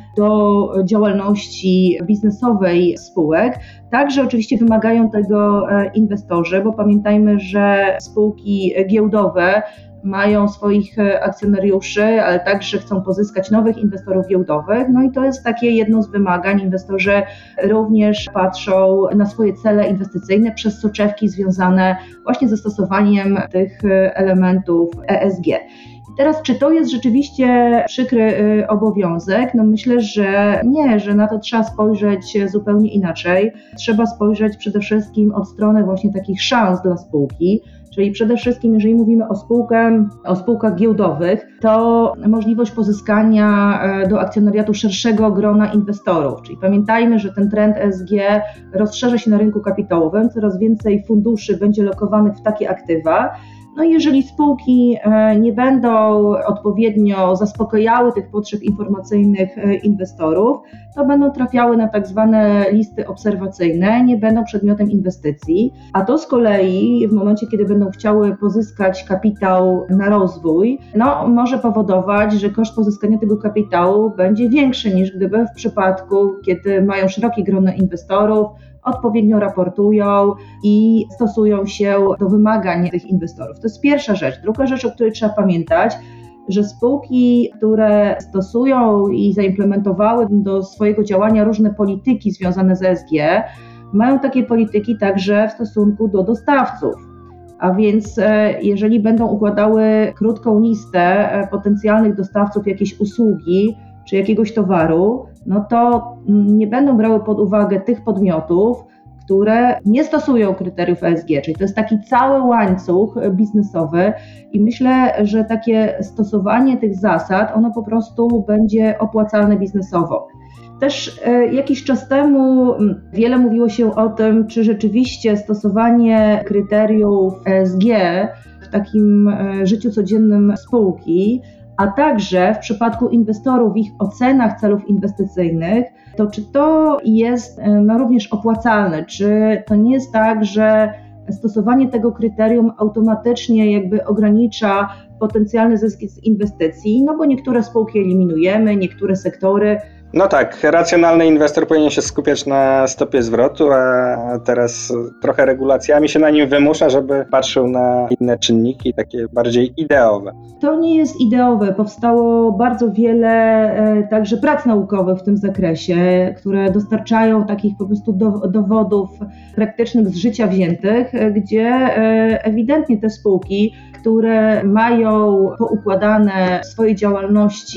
do działalności biznesowej spółek. Także oczywiście wymagają tego inwestorzy, bo pamiętajmy, że spółki giełdowe mają swoich akcjonariuszy, ale także chcą pozyskać nowych inwestorów giełdowych. No i to jest takie jedno z wymagań. Inwestorzy również patrzą na swoje cele inwestycyjne przez soczewki związane właśnie ze stosowaniem tych elementów E S G. Teraz, czy to jest rzeczywiście przykry obowiązek? No myślę, że nie, że na to trzeba spojrzeć zupełnie inaczej. Trzeba spojrzeć przede wszystkim od strony właśnie takich szans dla spółki. Czyli przede wszystkim, jeżeli mówimy o, spółkę, o spółkach giełdowych, to możliwość pozyskania do akcjonariatu szerszego grona inwestorów. Czyli pamiętajmy, że ten trend E S G rozszerza się na rynku kapitałowym, coraz więcej funduszy będzie lokowanych w takie aktywa. No i jeżeli spółki nie będą odpowiednio zaspokajały tych potrzeb informacyjnych inwestorów, to będą trafiały na tak zwane listy obserwacyjne, nie będą przedmiotem inwestycji, a to z kolei w momencie, kiedy będą chciały pozyskać kapitał na rozwój, no może powodować, że koszt pozyskania tego kapitału będzie większy niż gdyby w przypadku, kiedy mają szerokie grono inwestorów, odpowiednio raportują i stosują się do wymagań tych inwestorów. To jest pierwsza rzecz. Druga rzecz, o której trzeba pamiętać, że spółki, które stosują i zaimplementowały do swojego działania różne polityki związane z E S G, mają takie polityki także w stosunku do dostawców. A więc jeżeli będą układały krótką listę potencjalnych dostawców jakiejś usługi czy jakiegoś towaru, no to nie będą brały pod uwagę tych podmiotów, które nie stosują kryteriów E S G, czyli to jest taki cały łańcuch biznesowy i myślę, że takie stosowanie tych zasad, ono po prostu będzie opłacalne biznesowo. Też jakiś czas temu wiele mówiło się o tym, czy rzeczywiście stosowanie kryteriów E S G w takim życiu codziennym spółki, a także w przypadku inwestorów w ich ocenach celów inwestycyjnych, to czy to jest no, również opłacalne, czy to nie jest tak, że stosowanie tego kryterium automatycznie jakby ogranicza potencjalny zysk z inwestycji, no bo niektóre spółki eliminujemy, niektóre sektory. No tak, racjonalny inwestor powinien się skupiać na stopie zwrotu, a teraz trochę regulacjami się na nim wymusza, żeby patrzył na inne czynniki, takie bardziej ideowe. To nie jest ideowe. Powstało bardzo wiele e, także prac naukowych w tym zakresie, które dostarczają takich po prostu do, dowodów praktycznych z życia wziętych, e, gdzie e, ewidentnie te spółki, które mają poukładane w swojej działalności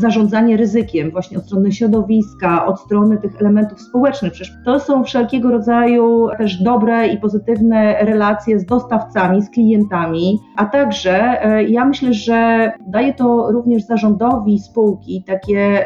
zarządzanie ryzykiem, właśnie od strony środowiska, od strony tych elementów społecznych. Przecież to są wszelkiego rodzaju też dobre i pozytywne relacje z dostawcami, z klientami, a także ja myślę, że daje to również zarządowi spółki takie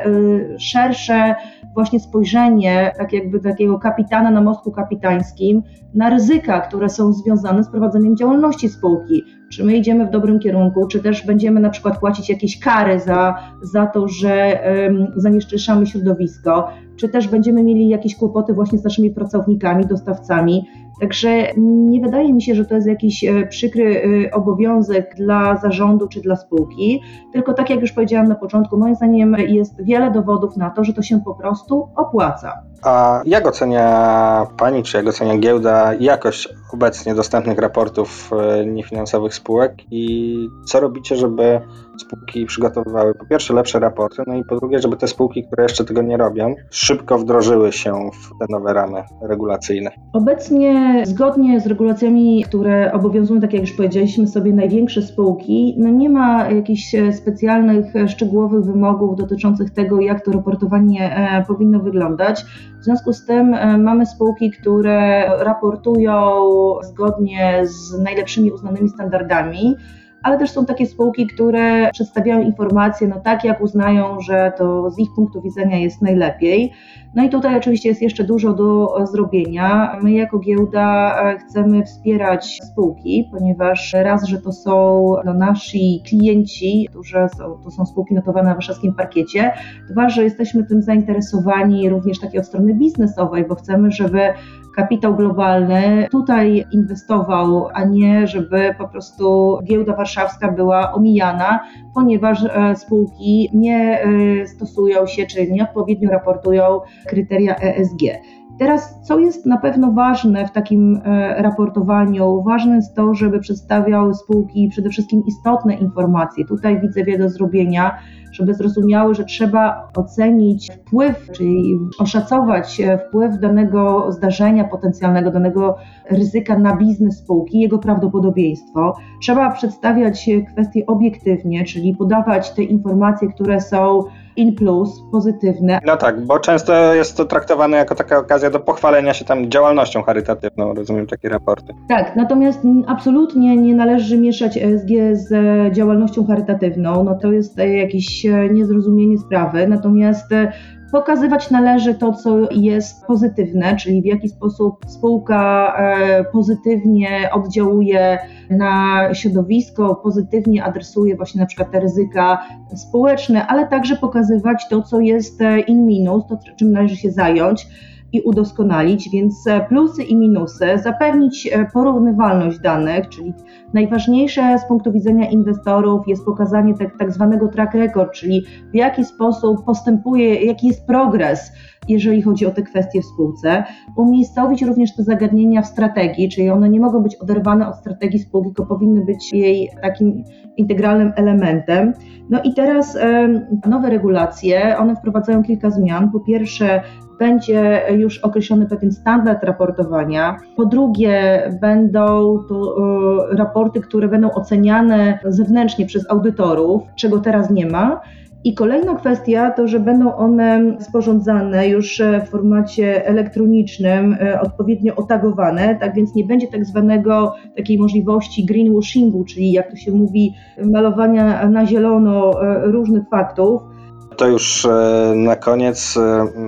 szersze właśnie spojrzenie, tak jakby takiego kapitana na mostku kapitańskim, na ryzyka, które są związane z prowadzeniem działalności spółki. Czy my idziemy w dobrym kierunku, czy też będziemy na przykład płacić jakieś kary za, za to, że um, zanieczyszczamy środowisko, czy też będziemy mieli jakieś kłopoty właśnie z naszymi pracownikami, dostawcami. Także nie wydaje mi się, że to jest jakiś przykry obowiązek dla zarządu czy dla spółki, tylko tak jak już powiedziałam na początku, moim zdaniem jest wiele dowodów na to, że to się po prostu opłaca. A jak ocenia Pani, czy jak ocenia giełda jakość obecnie dostępnych raportów niefinansowych spółek i co robicie, żeby spółki przygotowywały po pierwsze lepsze raporty, no i po drugie, żeby te spółki, które jeszcze tego nie robią, szybko wdrożyły się w te nowe ramy regulacyjne? Obecnie zgodnie z regulacjami, które obowiązują, tak jak już powiedzieliśmy sobie, największe spółki, no nie ma jakichś specjalnych, szczegółowych wymogów dotyczących tego, jak to raportowanie powinno wyglądać. W związku z tym mamy spółki, które raportują zgodnie z najlepszymi uznanymi standardami, ale też są takie spółki, które przedstawiają informacje, no tak jak uznają, że to z ich punktu widzenia jest najlepiej. No i tutaj oczywiście jest jeszcze dużo do zrobienia. My jako giełda chcemy wspierać spółki, ponieważ raz, że to są no, nasi klienci, którzy są, to są spółki notowane na warszawskim parkiecie, dwa, że jesteśmy tym zainteresowani również takiej od strony biznesowej, bo chcemy, żeby kapitał globalny tutaj inwestował, a nie żeby po prostu giełda warszawska była omijana, ponieważ spółki nie stosują się, czy nieodpowiednio raportują kryteria E S G. Teraz, co jest na pewno ważne w takim raportowaniu? Ważne jest to, żeby przedstawiały spółki przede wszystkim istotne informacje. Tutaj widzę wiele do zrobienia, żeby zrozumiały, że trzeba ocenić wpływ, czyli oszacować wpływ danego zdarzenia potencjalnego, danego ryzyka na biznes spółki, jego prawdopodobieństwo. Trzeba przedstawiać kwestie obiektywnie, czyli podawać te informacje, które są in plus, pozytywne. No tak, bo często jest to traktowane jako taka okazja do pochwalenia się tam działalnością charytatywną, rozumiem takie raporty. Tak, natomiast absolutnie nie należy mieszać E S G z działalnością charytatywną, no to jest jakieś niezrozumienie sprawy, natomiast pokazywać należy to, co jest pozytywne, czyli w jaki sposób spółka pozytywnie oddziałuje na środowisko, pozytywnie adresuje właśnie na przykład te ryzyka społeczne, ale także pokazywać to, co jest in minus, to czym należy się zająć i udoskonalić, więc plusy i minusy, zapewnić porównywalność danych, czyli najważniejsze z punktu widzenia inwestorów jest pokazanie tak, tak zwanego track record, czyli w jaki sposób postępuje, jaki jest progres, jeżeli chodzi o te kwestie w spółce. Umiejscowić również te zagadnienia w strategii, czyli one nie mogą być oderwane od strategii spółki, tylko powinny być jej takim integralnym elementem. No i teraz e, nowe regulacje, one wprowadzają kilka zmian. Po pierwsze, będzie już określony pewien standard raportowania. Po drugie, będą to e, raporty, które będą oceniane zewnętrznie przez audytorów, czego teraz nie ma. I kolejna kwestia to, że będą one sporządzane już w formacie elektronicznym, odpowiednio otagowane, tak więc nie będzie tak zwanego takiej możliwości greenwashingu, czyli jak to się mówi, malowania na zielono różnych faktów. To już na koniec,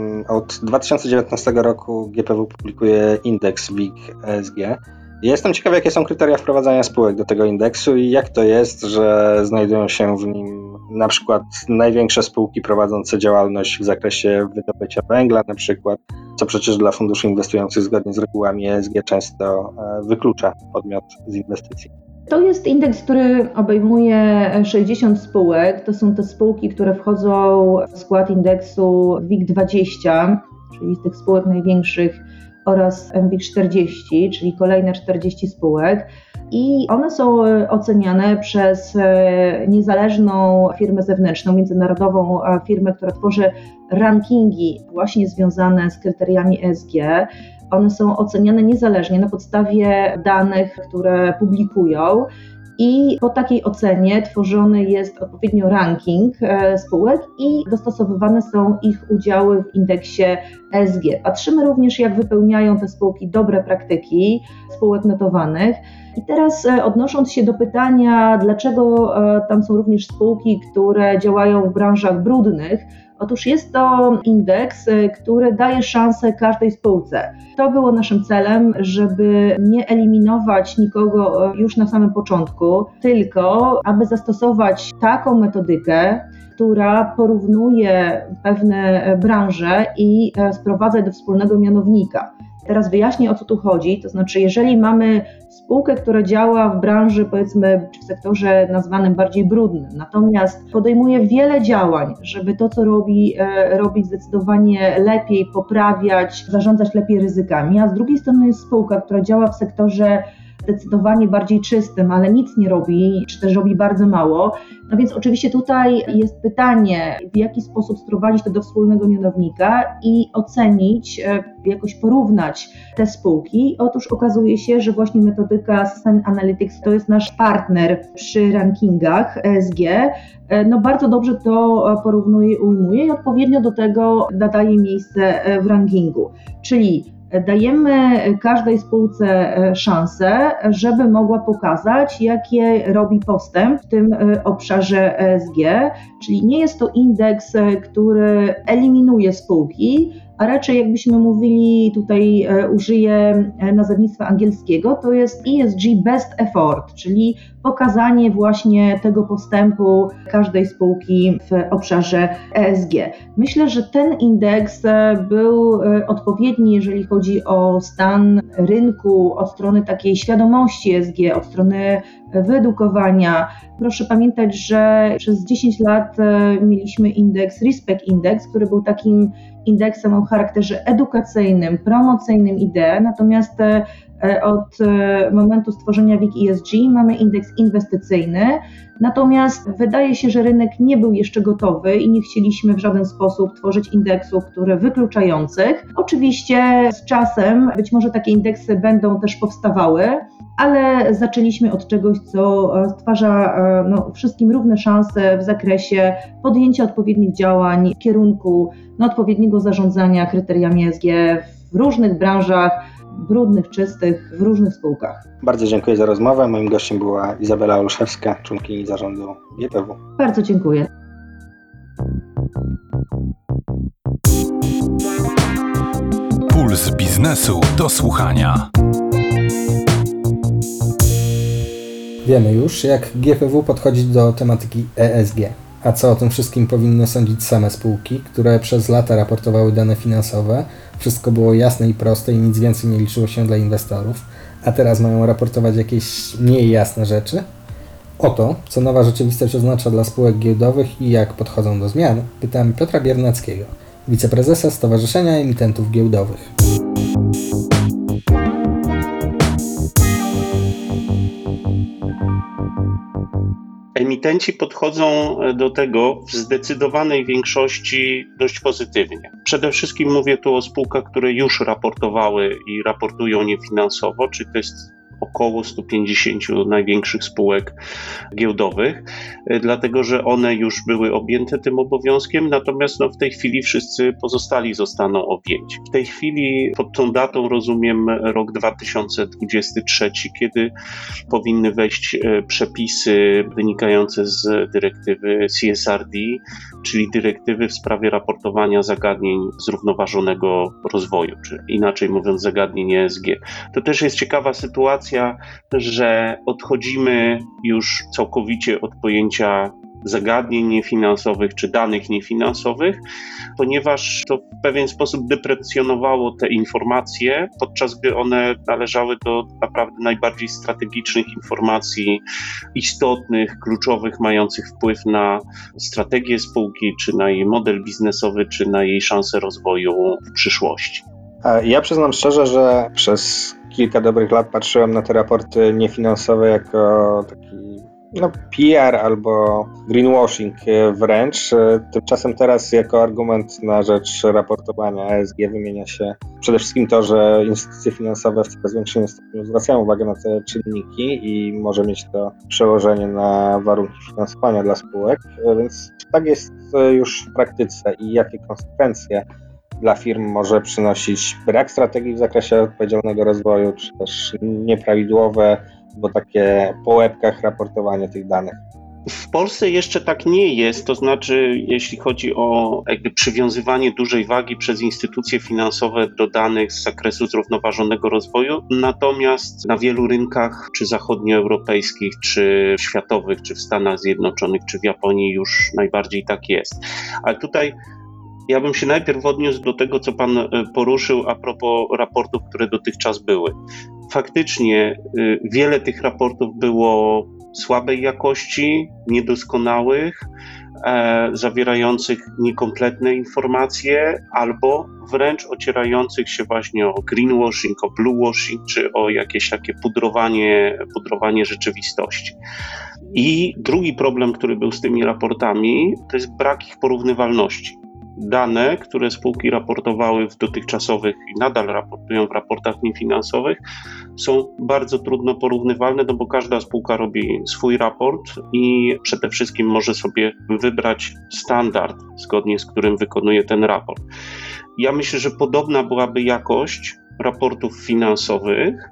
od dwa tysiące dziewiętnastego roku G P W publikuje indeks W I G E S G. Jestem ciekaw, jakie są kryteria wprowadzania spółek do tego indeksu i jak to jest, że znajdują się w nim na przykład największe spółki prowadzące działalność w zakresie wydobycia węgla na przykład, co przecież dla funduszy inwestujących zgodnie z regułami E S G często wyklucza podmiot z inwestycji. To jest indeks, który obejmuje sześćdziesiąt spółek. To są te spółki, które wchodzą w skład indeksu W I G dwadzieścia, czyli z tych spółek największych, oraz M W I G czterdzieści, czyli kolejne czterdzieści spółek. I one są oceniane przez niezależną firmę zewnętrzną, międzynarodową firmę, która tworzy rankingi właśnie związane z kryteriami E S G. One są oceniane niezależnie na podstawie danych, które publikują. i po takiej ocenie tworzony jest odpowiednio ranking spółek i dostosowywane są ich udziały w indeksie E S G. Patrzymy również, jak wypełniają te spółki dobre praktyki spółek notowanych. I teraz odnosząc się do pytania, dlaczego tam są również spółki, które działają w branżach brudnych, otóż jest to indeks, który daje szansę każdej spółce. To było naszym celem, żeby nie eliminować nikogo już na samym początku, tylko aby zastosować taką metodykę, która porównuje pewne branże i sprowadza do wspólnego mianownika. Teraz wyjaśnię, o co tu chodzi, to znaczy jeżeli mamy spółkę, która działa w branży, powiedzmy, czy w sektorze nazwanym bardziej brudnym, natomiast podejmuje wiele działań, żeby to, co robi, robić zdecydowanie lepiej, poprawiać, zarządzać lepiej ryzykami, a z drugiej strony jest spółka, która działa w sektorze zdecydowanie bardziej czystym, ale nic nie robi, czy też robi bardzo mało. No więc oczywiście tutaj jest pytanie, w jaki sposób sprowadzić to do wspólnego mianownika i ocenić, jakoś porównać te spółki. Otóż okazuje się, że właśnie metodyka Sen Analytics to jest nasz partner przy rankingach E S G. No bardzo dobrze to porównuje, ujmuje i odpowiednio do tego nadaje miejsce w rankingu. Czyli dajemy każdej spółce szansę, żeby mogła pokazać, jakie robi postęp w tym obszarze E S G, czyli nie jest to indeks, który eliminuje spółki, a raczej jakbyśmy mówili, tutaj użyję nazewnictwa angielskiego, to jest E S G Best Effort, czyli pokazanie właśnie tego postępu każdej spółki w obszarze E S G. Myślę, że ten indeks był odpowiedni, jeżeli chodzi o stan rynku od strony takiej świadomości E S G, od strony wyedukowania. Proszę pamiętać, że przez dziesięć lat mieliśmy indeks Respect Index, który był takim indeksem o charakterze edukacyjnym, promocyjnym idei, natomiast od momentu stworzenia Wiki E S G mamy indeks inwestycyjny, natomiast wydaje się, że rynek nie był jeszcze gotowy i nie chcieliśmy w żaden sposób tworzyć indeksów, które wykluczających. Oczywiście z czasem być może takie indeksy będą też powstawały, ale zaczęliśmy od czegoś, co stwarza no, wszystkim równe szanse w zakresie podjęcia odpowiednich działań w kierunku no, odpowiedniego zarządzania kryteriami E S G w różnych branżach, brudnych, czystych, w różnych spółkach. Bardzo dziękuję za rozmowę. Moim gościem była Izabela Olszewska, członkini zarządu G P W. Bardzo dziękuję. Puls biznesu do słuchania. Wiemy już, jak G P W podchodzić do tematyki E S G. A co o tym wszystkim powinny sądzić same spółki, które przez lata raportowały dane finansowe, wszystko było jasne i proste i nic więcej nie liczyło się dla inwestorów, a teraz mają raportować jakieś mniej jasne rzeczy? O to, co nowa rzeczywistość oznacza dla spółek giełdowych i jak podchodzą do zmian, pytam Piotra Biernackiego, wiceprezesa Stowarzyszenia Emitentów Giełdowych. Emitenci podchodzą do tego w zdecydowanej większości dość pozytywnie. Przede wszystkim mówię tu o spółkach, które już raportowały i raportują niefinansowo, czyli to jest około sto pięćdziesiąt największych spółek giełdowych, dlatego że one już były objęte tym obowiązkiem, natomiast no, w tej chwili wszyscy pozostali zostaną objęci. W tej chwili pod tą datą rozumiem rok dwa tysiące dwudziesty trzeci, kiedy powinny wejść przepisy wynikające z dyrektywy C S R D, czyli dyrektywy w sprawie raportowania zagadnień zrównoważonego rozwoju, czy inaczej mówiąc zagadnień E S G. To też jest ciekawa sytuacja, że odchodzimy już całkowicie od pojęcia zagadnień niefinansowych czy danych niefinansowych, ponieważ to w pewien sposób deprecjonowało te informacje, podczas gdy one należały do naprawdę najbardziej strategicznych informacji, istotnych, kluczowych, mających wpływ na strategię spółki, czy na jej model biznesowy, czy na jej szanse rozwoju w przyszłości. Ja przyznam szczerze, że przez kilka dobrych lat patrzyłem na te raporty niefinansowe jako taki No, P R albo greenwashing wręcz. Tymczasem teraz jako argument na rzecz raportowania E S G wymienia się przede wszystkim to, że instytucje finansowe w coraz większym stopniu zwracają uwagę na te czynniki i może mieć to przełożenie na warunki finansowania dla spółek. Więc czy tak jest już w praktyce i jakie konsekwencje dla firm może przynosić brak strategii w zakresie odpowiedzialnego rozwoju, czy też nieprawidłowe, bo takie po łebkach raportowanie tych danych? W Polsce jeszcze tak nie jest, to znaczy jeśli chodzi o jakby przywiązywanie dużej wagi przez instytucje finansowe do danych z zakresu zrównoważonego rozwoju, natomiast na wielu rynkach, czy zachodnioeuropejskich, czy światowych, czy w Stanach Zjednoczonych, czy w Japonii już najbardziej tak jest. Ale tutaj ja bym się najpierw odniósł do tego, co pan poruszył a propos raportów, które dotychczas były. Faktycznie wiele tych raportów było słabej jakości, niedoskonałych, e, zawierających niekompletne informacje albo wręcz ocierających się właśnie o greenwashing, o bluewashing, czy o jakieś takie pudrowanie, pudrowanie rzeczywistości. I drugi problem, który był z tymi raportami, to jest brak ich porównywalności. Dane, które spółki raportowały w dotychczasowych i nadal raportują w raportach niefinansowych, są bardzo trudno porównywalne, no bo każda spółka robi swój raport i przede wszystkim może sobie wybrać standard, zgodnie z którym wykonuje ten raport. Ja myślę, że podobna byłaby jakość raportów finansowych,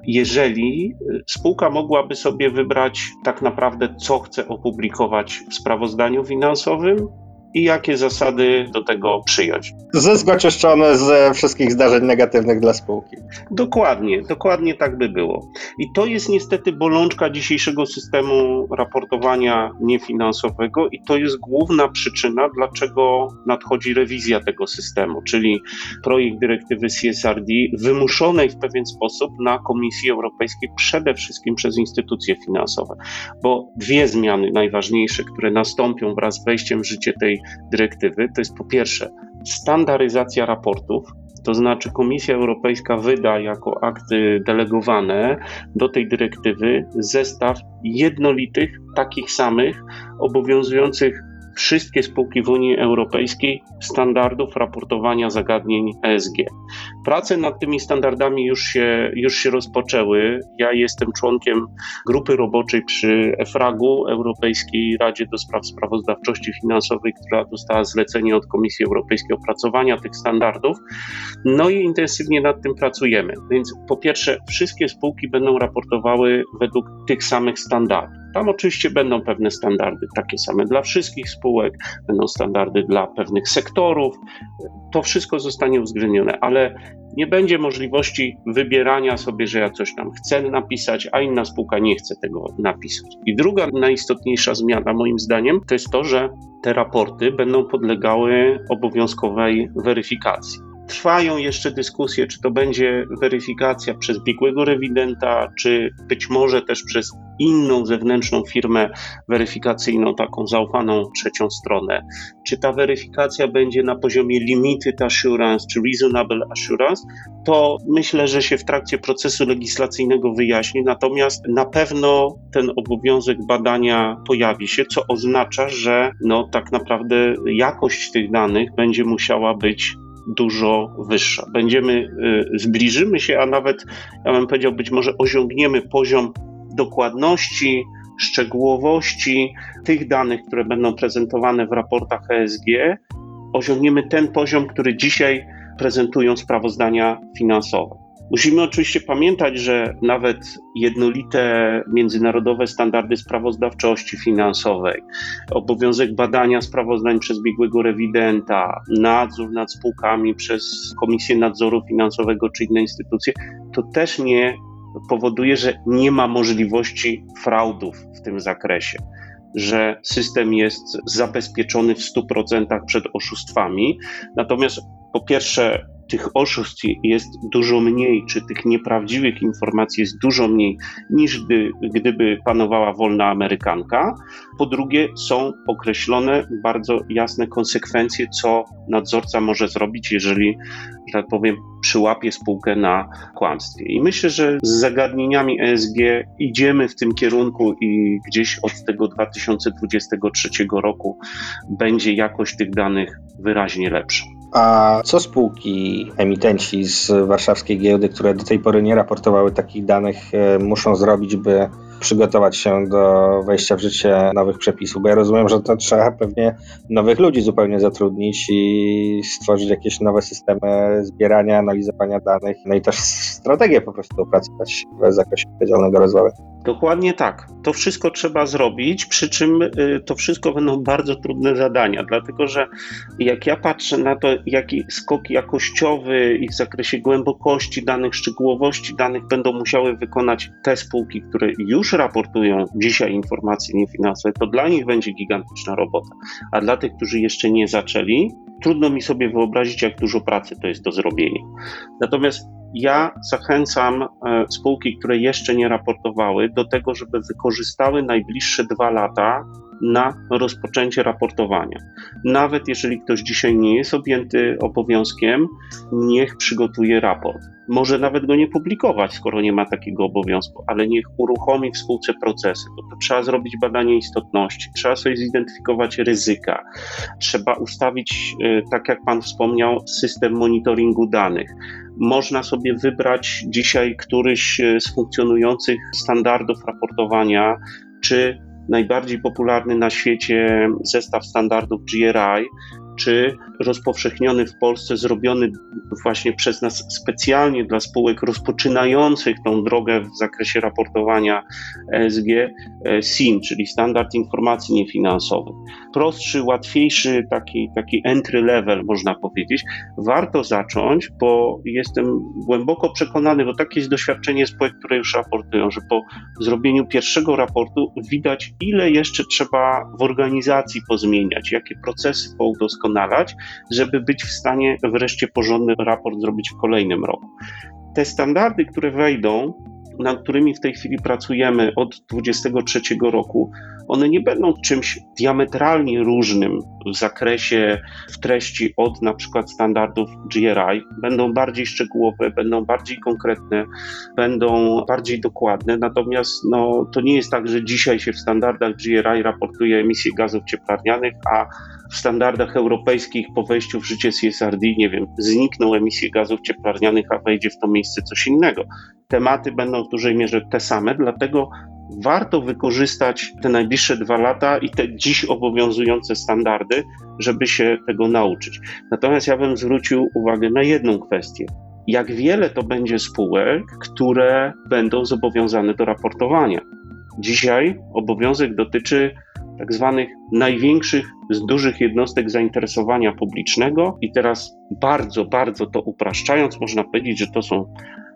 jeżeli spółka mogłaby sobie wybrać tak naprawdę, co chce opublikować w sprawozdaniu finansowym i jakie zasady do tego przyjąć. Zysk oczyszczony ze wszystkich zdarzeń negatywnych dla spółki. Dokładnie, dokładnie tak by było. I to jest niestety bolączka dzisiejszego systemu raportowania niefinansowego i to jest główna przyczyna, dlaczego nadchodzi rewizja tego systemu, czyli projekt dyrektywy C S R D wymuszonej w pewien sposób na Komisji Europejskiej przede wszystkim przez instytucje finansowe, bo dwie zmiany najważniejsze, które nastąpią wraz z wejściem w życie tej dyrektywy, to jest po pierwsze standaryzacja raportów, to znaczy Komisja Europejska wyda jako akty delegowane do tej dyrektywy zestaw jednolitych, takich samych, obowiązujących wszystkie spółki w Unii Europejskiej standardów raportowania zagadnień E S G. Prace nad tymi standardami już się, już się rozpoczęły. Ja jestem członkiem grupy roboczej przy EFRAG-u, Europejskiej Radzie do Spraw Sprawozdawczości Finansowej, która dostała zlecenie od Komisji Europejskiej opracowania tych standardów. No i intensywnie nad tym pracujemy. Więc po pierwsze, wszystkie spółki będą raportowały według tych samych standardów. Tam oczywiście będą pewne standardy takie same dla wszystkich spółek, będą standardy dla pewnych sektorów. To wszystko zostanie uwzględnione, ale nie będzie możliwości wybierania sobie, że ja coś tam chcę napisać, a inna spółka nie chce tego napisać. I druga najistotniejsza zmiana moim zdaniem to jest to, że te raporty będą podlegały obowiązkowej weryfikacji. Trwają jeszcze dyskusje, czy to będzie weryfikacja przez biegłego rewidenta, czy być może też przez inną zewnętrzną firmę weryfikacyjną, taką zaufaną trzecią stronę. Czy ta weryfikacja będzie na poziomie limited assurance, czy reasonable assurance, to myślę, że się w trakcie procesu legislacyjnego wyjaśni, natomiast na pewno ten obowiązek badania pojawi się, co oznacza, że no, tak naprawdę jakość tych danych będzie musiała być dużo wyższa. Będziemy, y, zbliżymy się, a nawet, ja bym powiedział, być może osiągniemy poziom dokładności, szczegółowości tych danych, które będą prezentowane w raportach E S G. Osiągniemy ten poziom, który dzisiaj prezentują sprawozdania finansowe. Musimy oczywiście pamiętać, że nawet jednolite międzynarodowe standardy sprawozdawczości finansowej, obowiązek badania sprawozdań przez biegłego rewidenta, nadzór nad spółkami przez Komisję Nadzoru Finansowego czy inne instytucje, to też nie powoduje, że nie ma możliwości fraudów w tym zakresie, że system jest zabezpieczony w stu procentach przed oszustwami. Natomiast po pierwsze tych oszustw jest dużo mniej, czy tych nieprawdziwych informacji jest dużo mniej niż gdy, gdyby panowała wolna amerykanka. Po drugie, są określone bardzo jasne konsekwencje, co nadzorca może zrobić, jeżeli, że tak powiem, przyłapie spółkę na kłamstwie. I myślę, że z zagadnieniami E S G idziemy w tym kierunku i gdzieś od tego dwa tysiące dwudziestego trzeciego roku będzie jakość tych danych wyraźnie lepsza. A co spółki, emitenci z warszawskiej giełdy, które do tej pory nie raportowały takich danych, muszą zrobić, by przygotować się do wejścia w życie nowych przepisów? Bo ja rozumiem, że to trzeba pewnie nowych ludzi zupełnie zatrudnić i stworzyć jakieś nowe systemy zbierania, analizowania danych, no i też strategię po prostu opracować w zakresie odpowiedzialnego rozwoju. Dokładnie tak. To wszystko trzeba zrobić, przy czym y, to wszystko będą bardzo trudne zadania, dlatego że jak ja patrzę na to, jaki skok jakościowy i w zakresie głębokości danych, szczegółowości danych będą musiały wykonać te spółki, które już raportują dzisiaj informacje niefinansowe, to dla nich będzie gigantyczna robota. A dla tych, którzy jeszcze nie zaczęli, trudno mi sobie wyobrazić, jak dużo pracy to jest do zrobienia. Natomiast ja zachęcam spółki, które jeszcze nie raportowały, do tego, żeby wykorzystały najbliższe dwa lata na rozpoczęcie raportowania. Nawet jeżeli ktoś dzisiaj nie jest objęty obowiązkiem, niech przygotuje raport. Może nawet go nie publikować, skoro nie ma takiego obowiązku, ale niech uruchomi w spółce procesy, bo to trzeba zrobić badanie istotności, trzeba sobie zidentyfikować ryzyka, trzeba ustawić, tak jak Pan wspomniał, system monitoringu danych. Można sobie wybrać dzisiaj któryś z funkcjonujących standardów raportowania, czy najbardziej popularny na świecie zestaw standardów G R I, czy rozpowszechniony w Polsce, zrobiony właśnie przez nas specjalnie dla spółek rozpoczynających tą drogę w zakresie raportowania E S G, S I N, czyli Standard Informacji Niefinansowych. Prostszy, łatwiejszy, taki, taki entry level, można powiedzieć. Warto zacząć, bo jestem głęboko przekonany, bo takie jest doświadczenie spółek, które już raportują, że po zrobieniu pierwszego raportu widać, ile jeszcze trzeba w organizacji pozmieniać, jakie procesy poudoskonalać, żeby być w stanie wreszcie porządny raport zrobić w kolejnym roku. Te standardy, które wejdą, nad którymi w tej chwili pracujemy od dwudziestego trzeciego roku, one nie będą czymś diametralnie różnym w zakresie, w treści od na przykład standardów G R I. Będą bardziej szczegółowe, będą bardziej konkretne, będą bardziej dokładne, natomiast no, to nie jest tak, że dzisiaj się w standardach G R I raportuje emisję gazów cieplarnianych, a w standardach europejskich po wejściu w życie C S R D, nie wiem, znikną emisje gazów cieplarnianych, a wejdzie w to miejsce coś innego. Tematy będą w dużej mierze te same, dlatego warto wykorzystać te najbliższe dwa lata i te dziś obowiązujące standardy, żeby się tego nauczyć. Natomiast ja bym zwrócił uwagę na jedną kwestię. Jak wiele to będzie spółek, które będą zobowiązane do raportowania. Dzisiaj obowiązek dotyczy tak zwanych największych z dużych jednostek zainteresowania publicznego i teraz bardzo, bardzo to upraszczając, można powiedzieć, że to są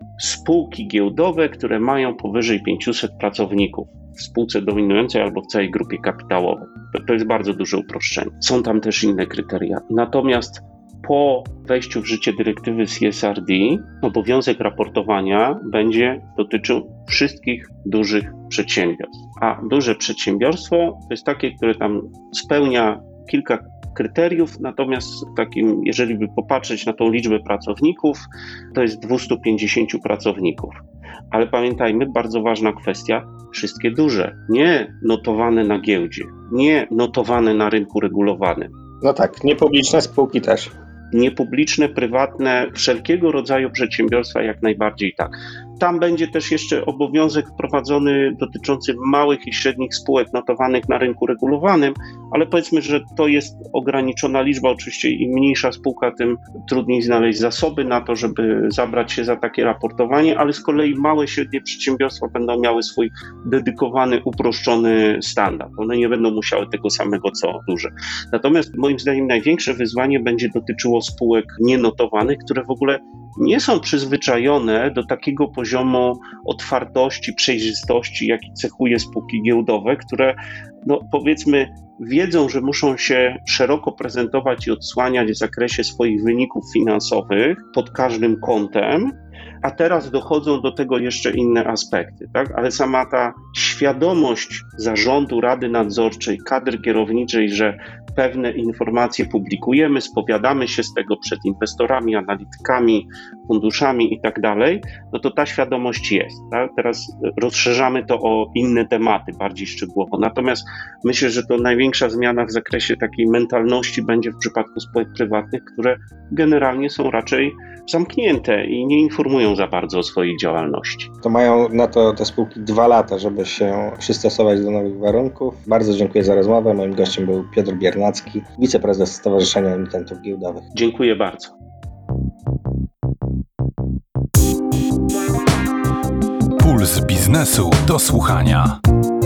spółki giełdowe, które mają powyżej pięciuset pracowników w spółce dominującej albo w całej grupie kapitałowej. To, to jest bardzo duże uproszczenie. Są tam też inne kryteria. Natomiast po wejściu w życie dyrektywy C S R D obowiązek raportowania będzie dotyczył wszystkich dużych przedsiębiorstw. A duże przedsiębiorstwo to jest takie, które tam spełnia kilka kryteriów, natomiast takim, jeżeli by popatrzeć na tą liczbę pracowników, to jest dwieście pięćdziesiąt pracowników. Ale pamiętajmy, bardzo ważna kwestia, wszystkie duże, nie notowane na giełdzie, nie notowane na rynku regulowanym. No tak, niepubliczne spółki też. Niepubliczne, prywatne, wszelkiego rodzaju przedsiębiorstwa jak najbardziej tak. Tam będzie też jeszcze obowiązek wprowadzony dotyczący małych i średnich spółek notowanych na rynku regulowanym, ale powiedzmy, że to jest ograniczona liczba. Oczywiście im mniejsza spółka, tym trudniej znaleźć zasoby na to, żeby zabrać się za takie raportowanie, ale z kolei małe i średnie przedsiębiorstwa będą miały swój dedykowany, uproszczony standard. One nie będą musiały tego samego co duże. Natomiast moim zdaniem największe wyzwanie będzie dotyczyło spółek nienotowanych, które w ogóle nie są przyzwyczajone do takiego poziomu otwartości, przejrzystości, jaki cechuje spółki giełdowe, które no powiedzmy, wiedzą, że muszą się szeroko prezentować i odsłaniać w zakresie swoich wyników finansowych pod każdym kątem, a teraz dochodzą do tego jeszcze inne aspekty, tak? Ale sama ta świadomość zarządu, rady nadzorczej, kadry kierowniczej, że pewne informacje publikujemy, spowiadamy się z tego przed inwestorami, analitykami, funduszami i tak dalej, no to ta świadomość jest. Tak? Teraz rozszerzamy to o inne tematy bardziej szczegółowo. Natomiast myślę, że to największa zmiana w zakresie takiej mentalności będzie w przypadku spółek prywatnych, które generalnie są raczej zamknięte i nie informują za bardzo o swojej działalności. To mają na to te spółki dwa lata, żeby się przystosować do nowych warunków. Bardzo dziękuję za rozmowę. Moim gościem był Piotr Biernacki, wiceprezes Stowarzyszenia Emitentów Giełdowych. Dziękuję bardzo. Puls biznesu do słuchania.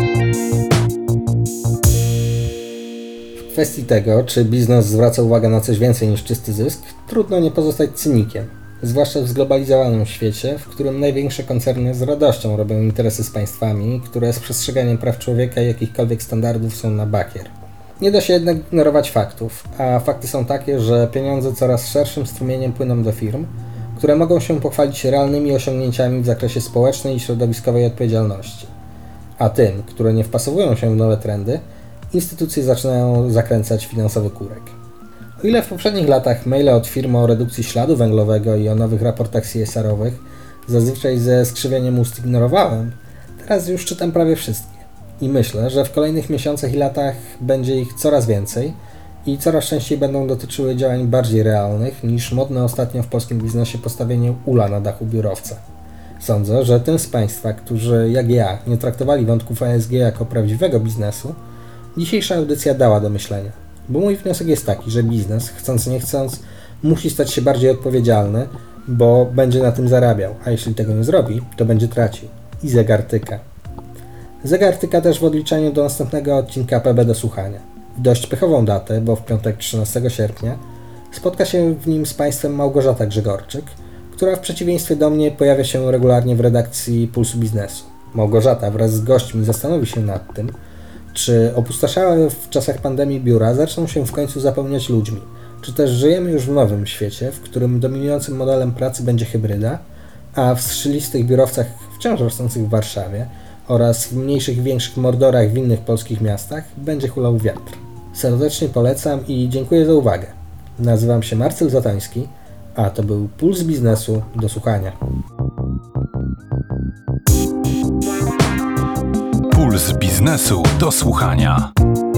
W kwestii tego, czy biznes zwraca uwagę na coś więcej niż czysty zysk, trudno nie pozostać cynikiem. Zwłaszcza w zglobalizowanym świecie, w którym największe koncerny z radością robią interesy z państwami, które z przestrzeganiem praw człowieka i jakichkolwiek standardów są na bakier. Nie da się jednak ignorować faktów, a fakty są takie, że pieniądze coraz szerszym strumieniem płyną do firm, które mogą się pochwalić realnymi osiągnięciami w zakresie społecznej i środowiskowej odpowiedzialności. A tym, które nie wpasowują się w nowe trendy, instytucje zaczynają zakręcać finansowy kurek. O ile w poprzednich latach maile od firm o redukcji śladu węglowego i o nowych raportach C S R-owych zazwyczaj ze skrzywieniem ust ignorowałem, teraz już czytam prawie wszystkie. I myślę, że w kolejnych miesiącach i latach będzie ich coraz więcej i coraz częściej będą dotyczyły działań bardziej realnych niż modne ostatnio w polskim biznesie postawienie ula na dachu biurowca. Sądzę, że tym z Państwa, którzy jak ja nie traktowali wątków E S G jako prawdziwego biznesu, dzisiejsza audycja dała do myślenia. Bo mój wniosek jest taki, że biznes, chcąc nie chcąc, musi stać się bardziej odpowiedzialny, bo będzie na tym zarabiał, a jeśli tego nie zrobi, to będzie tracił. I zegar tyka. Zegar tyka też w odliczaniu do następnego odcinka P B do słuchania. W dość pechową datę, bo w piątek trzynastego sierpnia spotka się w nim z Państwem Małgorzata Grzegorczyk, która w przeciwieństwie do mnie pojawia się regularnie w redakcji Pulsu Biznesu. Małgorzata wraz z gośćmi zastanowi się nad tym, czy opustoszałe w czasach pandemii biura zaczną się w końcu zapełniać ludźmi, czy też żyjemy już w nowym świecie, w którym dominującym modelem pracy będzie hybryda, a w skrzylistych biurowcach wciąż rosnących w Warszawie oraz w mniejszych i większych mordorach w innych polskich miastach będzie hulał wiatr. Serdecznie polecam i dziękuję za uwagę. Nazywam się Marcel Zatoński, a to był Puls Biznesu do słuchania. Puls biznesu do słuchania.